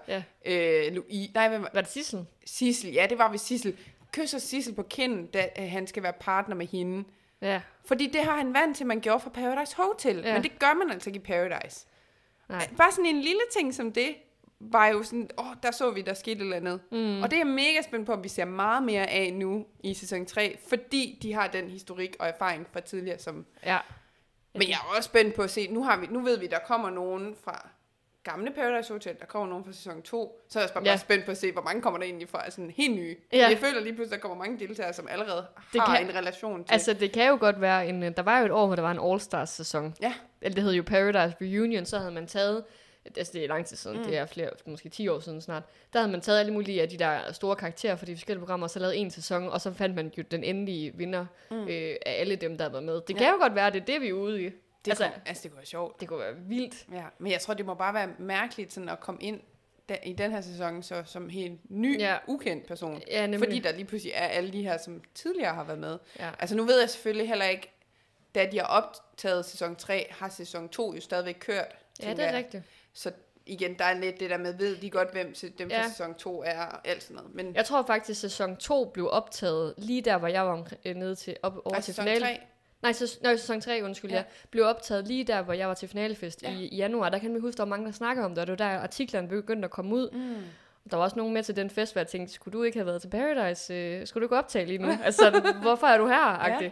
Louis. Nej, var det Sissel? Sissel, ja, det var ved Sissel. Kysser Sissel på kinden, da han skal være partner med hende. Ja. Fordi det har han vant til, man gjorde for Paradise Hotel. Men det gør man altså ikke i Paradise. Nej. Bare sådan en lille ting som det, var jo sådan, der så vi, der skete et eller andet. Og det er mega spændt på, at vi ser meget mere af nu i sæson 3, fordi de har den historik og erfaring fra tidligere. Som... Ja. Men jeg er også spændt på at se, nu ved vi, der kommer nogen fra gamle Paradise Hotel, der kommer nogen fra sæson 2, så er jeg bare spændt på at se, hvor mange kommer der egentlig fra, altså helt nye. Ja. Jeg føler lige pludselig, der kommer mange deltagere, som allerede har en relation til. Altså det kan jo godt være, der var jo et år, hvor der var en All-Stars sæson. Ja. Eller det hed jo Paradise Reunion, så havde man taget, altså det er lang tid siden, det er flere, måske 10 år siden snart, der havde man taget alle mulige af de der store karakterer fra de forskellige programmer, og så lavet en sæson, og så fandt man jo den endelige vinder af alle dem, der var med. Det kan jo godt være, det er det, vi er ude i. Det kunne være sjovt. Det kunne være vildt. Ja, men jeg tror, det må bare være mærkeligt sådan at komme ind i den her sæson så, som helt ny, ukendt person. Ja, fordi der lige pludselig er alle de her, som tidligere har været med. Ja. Altså nu ved jeg selvfølgelig heller ikke, da de har optaget sæson 3, har sæson 2 jo stadigvæk kørt. Ja, det er rigtigt. Så igen, der er lidt det der med, ved de godt, hvem dem fra sæson 2 er, og alt sådan noget. Men jeg tror faktisk, at sæson 2 blev optaget lige der, hvor jeg var nede til over til finale. 3? Nej, sæson 3, blev optaget lige der, hvor jeg var til finalefest i januar. Der kan man huske, der var mange, der snakker om det, og det var der, artiklerne begyndte at komme ud. Der var også nogen med til den fest, hvor jeg tænkte, skulle du ikke have været til Paradise? Skulle du ikke optage lige nu? Altså, hvorfor er du her?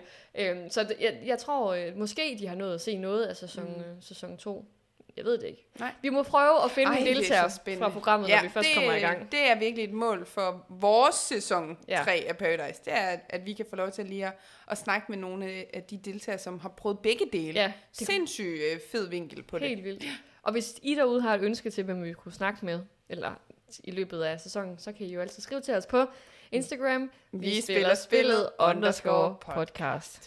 Så jeg tror, måske de har nået at se noget af sæson 2. Jeg ved det ikke. Nej. Vi må prøve at finde en deltager fra programmet, når vi først kommer i gang. Det er virkelig et mål for vores sæson 3 af Paradise. Det er, at vi kan få lov til lige at snakke med nogle af de deltagere, som har prøvet begge dele. Ja, sindssygt fed vinkel på det. Helt vildt. Og hvis I derude har et ønske til, hvem vi kunne snakke med, eller i løbet af sæsonen, så kan I jo altid skrive til os på Instagram. Vi spiller spillet _podcast.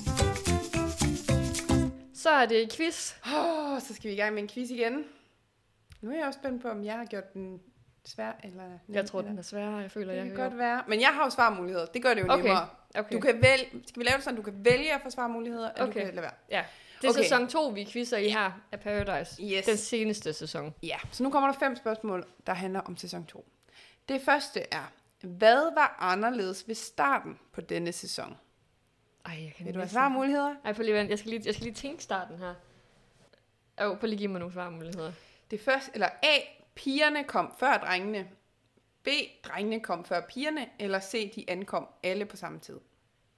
Så er det quiz. Så skal vi i gang med en quiz igen. Nu er jeg også spændt på, om jeg har gjort den svær eller nem. Jeg tror, den er sværere. Jeg føler, det kan godt være. Men jeg har jo svarmuligheder. Det gør det jo nemmere. Okay. Du kan skal vi lave det sådan, du kan vælge at få svarmuligheder, eller du kan lade være. Ja. Det er sæson 2, vi quizzer i her af Paradise. Yes. Den seneste sæson. Ja, så nu kommer der 5 spørgsmål, der handler om sæson 2. Det første er, hvad var anderledes ved starten på denne sæson? Vil du have svarmuligheder? Ej, prøv lige, jeg skal lige tænke starten her. Prøv lige give mig nogle svarmuligheder. Det første, eller A, pigerne kom før drengene. B, drengene kom før pigerne. Eller C, de ankom alle på samme tid.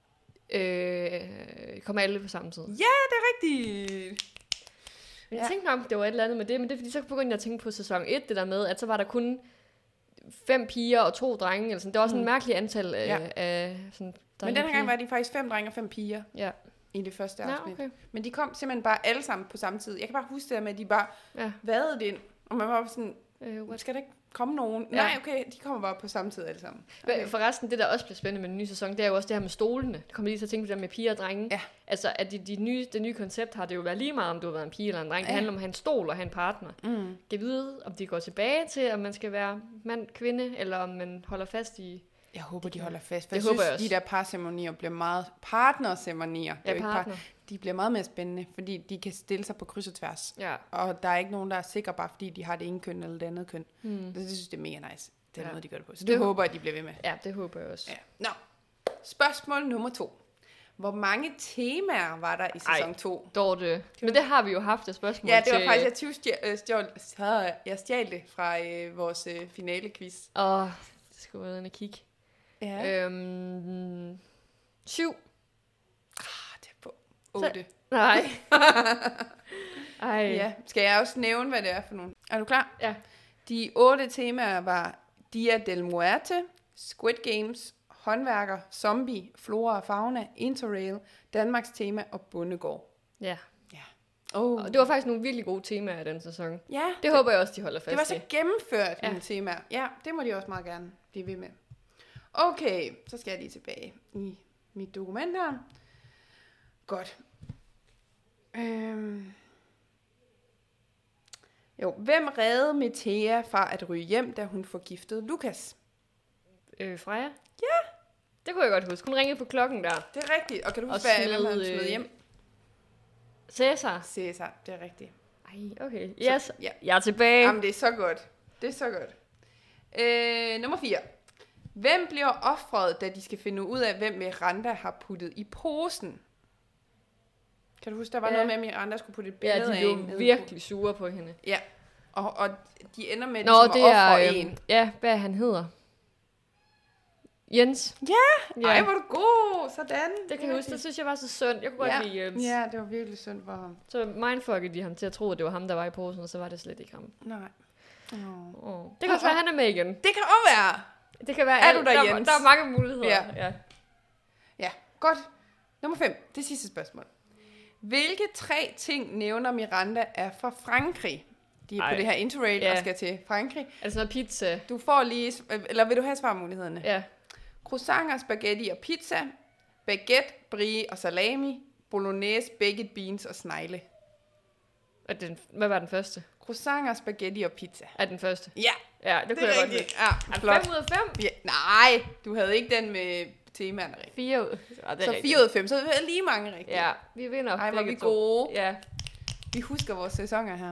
Kommer alle på samme tid? Ja, det er rigtigt. Men jeg tænkte nok, det var et eller andet med det, men det er fordi, så begyndte jeg at tænke på sæson 1, det der med, at så var der kun 5 piger og 2 drenge, eller sådan. Det var sådan en mærkelig antal af sådan. Men den her gang var de faktisk 5 drenge og 5 piger i det første afsnit. Okay. Men de kom simpelthen bare alle sammen på samme tid. Jeg kan bare huske det med, at de bare vadede ind, og man var sådan, skal der ikke komme nogen? Ja. Nej, okay, de kommer bare på samme tid alle sammen. Okay. Forresten, det der også bliver spændende med den nye sæson, det er jo også det her med stolene. Det kommer lige til at tænke på det der med piger og drenge. Ja. Altså, at det nye koncept har det jo været lige meget, om du har været en pige eller en dreng. Det handler om at have en stol og have en partner. Kan vide, om de går tilbage til, om man skal være mand, kvinde, eller om man holder fast i. Jeg håber, de holder fast. For jeg synes, de der parceremonier bliver meget partnerceremonier. De bliver meget mere spændende, fordi de kan stille sig på kryds og tværs. Ja. Og der er ikke nogen, der er sikre, bare fordi de har det ene køn eller det andet køn. Det synes det er mega nice, den måde, de gør det på. Så det håber jeg, de bliver ved med. Ja, det håber jeg også. Ja. Nå, spørgsmål nummer 2. Hvor mange temaer var der i sæson 2? Dorte. Men det har vi jo haft et spørgsmål til. Ja, det var faktisk, jeg stjal det fra vores finale-quiz. Det skal være en kigge. Ja. 7. Det er på 8. Nej. Ej. Ja. Skal jeg også nævne, hvad det er for nogle? Er du klar? Ja. De 8 temaer var Dia del Muerte, Squid Games, håndværker, zombie, flora og fauna, interrail, Danmarks tema og bondegård. Ja. Og det var faktisk nogle virkelig gode temaer i den sæson. Ja. Det håber jeg også, de holder fast i. Det var så gennemført, nogle temaer. Ja, det må de også meget gerne blive ved med. Okay, så skal jeg lige tilbage i mit dokument her. Godt. Hvem reddede Metea fra at ryge hjem, da hun forgiftede Lukas? Freja? Ja. Det kunne jeg godt huske. Hun ringede på klokken der. Det er rigtigt. Og kan du huske, hvem han smed hjem? Cæsar, det er rigtigt. Ej, okay. Yes, så, ja. Jeg er tilbage. Jamen, det er så godt. Nummer 4. Hvem bliver ofret, da de skal finde ud af, hvem Miranda har puttet i posen? Kan du huske, der var noget med, at Miranda skulle putte et billede af en? Ja, de blev virkelig sure på hende. Ja, og de ender med, at de ofre en. Ja, hvad han hedder? Jens. Ja, ej, hvor du god, sådan. Det kan jeg huske, det synes jeg var så synd. Jeg kunne godt lide Jens. Ja, det var virkelig synd for ham. Så mindfuckede de ham til at tro, at det var ham, der var i posen, og så var det slet ikke ham. Nej. Det kan også være, han er med igen. Det kan også være. Det kan være, er du der, Jens? Der er mange muligheder. Ja, godt. Nummer 5, det sidste spørgsmål. Hvilke 3 ting nævner Miranda er fra Frankrig? De er på det her interrail og skal til Frankrig. Er det sådan noget pizza? Du får lige, eller vil du have svarmulighederne? Ja. Croissanter, spaghetti og pizza, baguette, brie og salami, bolognese, baked beans og snegle. Hvad var den første? Croissanter, spaghetti og pizza. Er den første? Ja. Ja, det kunne jeg godt lide. Ja, 5 ud af 5? Ja, nej, du havde ikke den med temaerne rigtigt. 4 ud. Så 4 ud af 5, så er det lige mange rigtigt. Ja, vi vinder. Ej, hvor vi gode. Ja. Vi husker vores sæsoner her.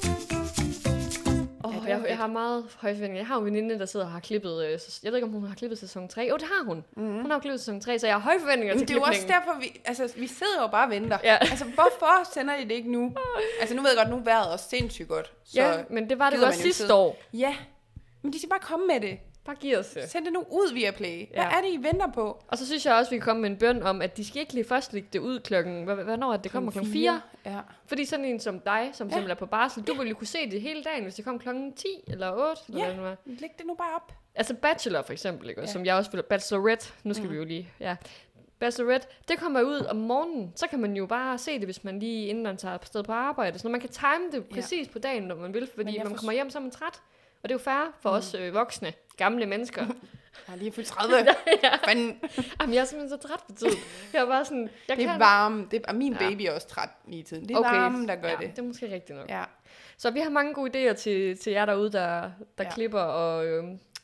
Jeg har meget høje forventninger. Jeg har en veninde, der sidder og har klippet... Jeg ved ikke, om hun har klippet sæson 3. Det har hun. Mm-hmm. Hun har klippet sæson 3, så jeg har høje forventninger til klippningen. Det er jo også derfor, vi sidder jo bare og venter. Ja. Altså, hvorfor sender de det ikke nu? Altså, nu ved jeg godt, nu er vejret også sindssygt godt. Så ja, men det var det også sidste år. Ja, men de skal bare komme med det. Bare giv os det. Send det nu ud via Play. Hvad er det, I venter på? Og så synes jeg også, vi kan komme med en bøn om, at de skal ikke lige først lægge det ud klokken... Hvornår er det kommer klokken 4? Ja. Fordi sådan en som dig, som simpelthen er på barsel, du ville jo kunne se det hele dagen, hvis det kom klokken 10 eller 8. Ja, eller hvad læg det nu bare op. Altså Bachelor for eksempel, ikke? Som jeg også vil... Bachelorette, nu skal vi jo lige... Ja. Bachelorette, det kommer ud om morgenen. Så kan man jo bare se det, hvis man lige inden man tager sted på arbejde. Så man kan time det præcis på dagen, når man vil, fordi man kommer hjem, så er man træt. Og det er jo fair for os voksne, gamle mennesker. Jeg er lige fyldt 30. Fanden. Jamen, jeg er simpelthen så træt på tiden. Jeg er bare sådan... Det er varme. Min baby er også træt lige i tiden. Det er varme, der gør det. Det er måske rigtigt nok. Ja. Så vi har mange gode idéer til jer derude, der klipper og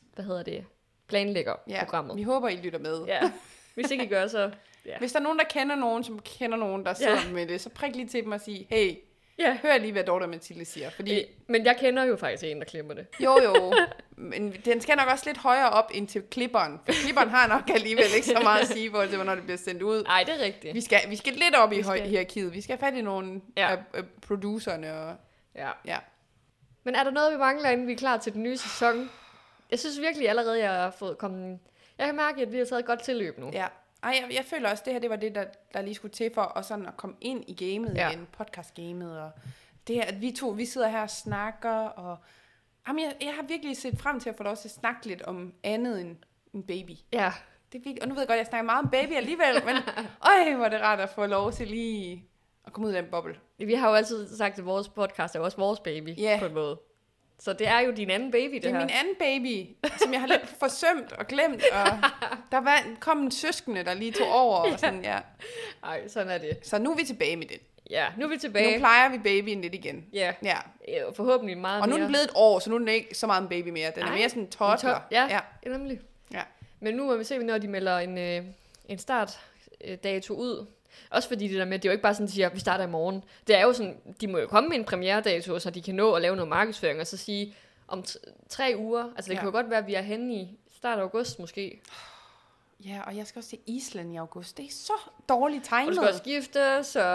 planlægger programmet. Vi håber, I lytter med. Ja. Hvis ikke I gør, så... Ja. Hvis der er nogen, der kender nogen, som kender nogen, der sidder med det, så prik lige til dem og sige, hey, hør lige, hvad Dorte og Mathilde siger. Fordi... Men jeg kender jo faktisk en, der klipper det. Jo. Men den skal nok også lidt højere op end til klipperen. For klipperen har nok alligevel ikke så meget at sige, hvornår det bliver sendt ud. Nej, det er rigtigt. Vi skal lidt op i hierarkiet. Vi skal have fat i nogle af producerne. Og... Ja. Men er der noget, vi mangler, inden vi er klar til den nye sæson? Jeg synes virkelig allerede, jeg har fået kommet... Jeg kan mærke, at vi har taget et godt tilløb nu. Ja. Jeg føler også, det her det var det, der lige skulle til for og sådan at komme ind i gamet igen, podcast-gamet. Og det her, at vi sidder her og snakker. Og jamen, jeg har virkelig set frem til at få lov til at snakke lidt om andet end en baby. Ja. Det er virkelig, og nu ved jeg godt, at jeg snakker meget om baby alligevel, men hvor er det rart at få lov til lige at komme ud af den boble. Vi har jo altid sagt, at vores podcast er også vores baby på en måde. Så det er jo din anden baby, det her. Det er min anden baby, som jeg har lidt forsømt og glemt, og der kom en søskende, der lige tog over, og sådan, Ej, sådan er det. Så nu er vi tilbage med det. Ja, nu er vi tilbage. Nu plejer vi babyen lidt igen. Ja. Forhåbentlig meget mere. Og nu er den blevet et år, så nu er den ikke så meget en baby mere. Den er mere sådan en toddler. Ja, nemlig. Ja. Men nu må vi se, når de melder en startdato ud. Også fordi det der med, det er jo ikke bare sådan, at de siger, at vi starter i morgen. Det er jo sådan, de må jo komme med en premieredato, så de kan nå at lave noget markedsføring, og så sige, om 3 uger, altså det kan jo godt være, at vi er henne i start af august måske. Ja, og jeg skal også til Island i august. Det er så dårligt timet. Og du skal også gifte, så...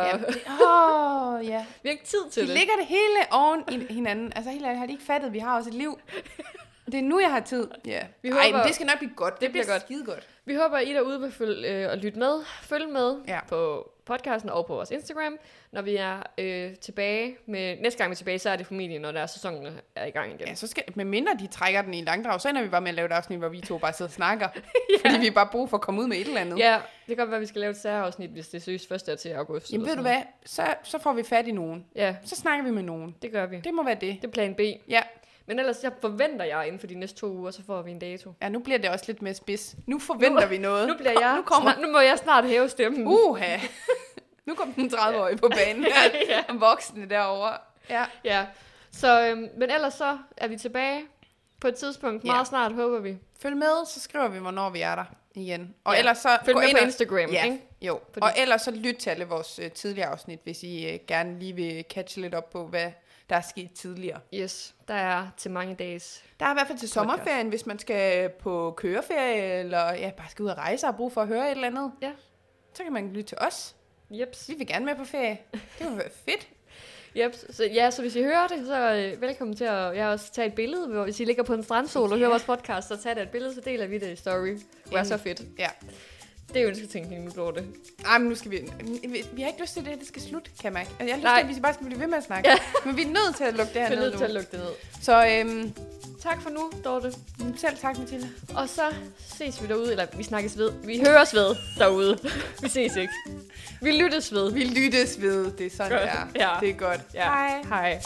Ja. Vi har ikke tid til det. Vi ligger det hele oven i hinanden. Altså helt ærligt, har de ikke fattet, vi har også et liv. Det er nu, jeg har tid. Ja. Men det skal nok blive godt. Det bliver godt. Skide godt. Vi håber, at I derude vil følge med på podcasten og på vores Instagram, når vi er tilbage. Næste gang vi er tilbage, så er det formentlig, når der sæsonen er i gang igen. Ja, så skal, med mindre de trækker den i langdrag, så ender vi bare med at lave et afsnit, hvor vi to bare sidder og snakker. Fordi vi bare brug for at komme ud med et eller andet. Ja, det kan godt være, at vi skal lave et særafsnit, hvis det søges først er til august. Jamen ved du hvad, så får vi fat i nogen. Ja. Så snakker vi med nogen. Det gør vi. Det må være det. Det er plan B. Ja. Men ellers, jeg forventer jeg inden for de næste 2 uger, så får vi en dato. Ja, nu bliver det også lidt mere spids. Nu forventer vi noget. Nu må jeg snart hæve stemmen. Nu kommer den 30-årige på banen. Ja. Voksne derovre. Ja. Så, men ellers så er vi tilbage på et tidspunkt. Meget snart, håber vi. Følg med, så skriver vi, hvornår vi er der igen. Og ellers så følg med på Instagram, ikke? Jo. Fordi... Og ellers så lyt til alle vores tidligere afsnit, hvis I gerne lige vil catche lidt op på, hvad der er sket tidligere. Yes, der er til mange dages. Der er i hvert fald til sommerferien, hvis man skal på køreferie, eller bare skal ud og rejse og bruge for at høre et eller andet. Ja. Så kan man lytte til os. Jeps. Vi vil gerne med på ferie. Det vil være fedt. Yep. Så hvis I hører det, så velkommen til at også tage et billede. Hvis I ligger på en strandsol og hører vores podcast, så tag da et billede, så deler vi det i story. Det er så fedt. Ja. Det er ønsketænkning, nu går det. Ej, men nu skal vi har ikke lyst til det skal slutte, kan jeg mærke. Jeg har lyst til, at vi bare skal blive ved med at snakke. Ja. Men vi er nødt til at lukke det her ned nu. Vi er nødt til at lukke det ned. Så tak for nu, Dorte. Selv tak, Mathilde. Og så ses vi derude, eller vi snakkes ved. Vi høres ved derude. Vi ses ikke. Vi lyttes ved. Det er sådan, det er. Ja. Det er godt. Ja. Hej.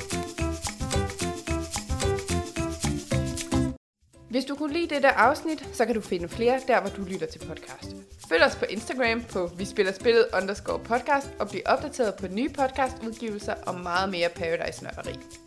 Hvis du kunne lide dette afsnit, så kan du finde flere der, hvor du lytter til podcast. Følg os på Instagram på vispillerspillet_podcast og bliv opdateret på nye podcastudgivelser og meget mere Paradise-nørderi.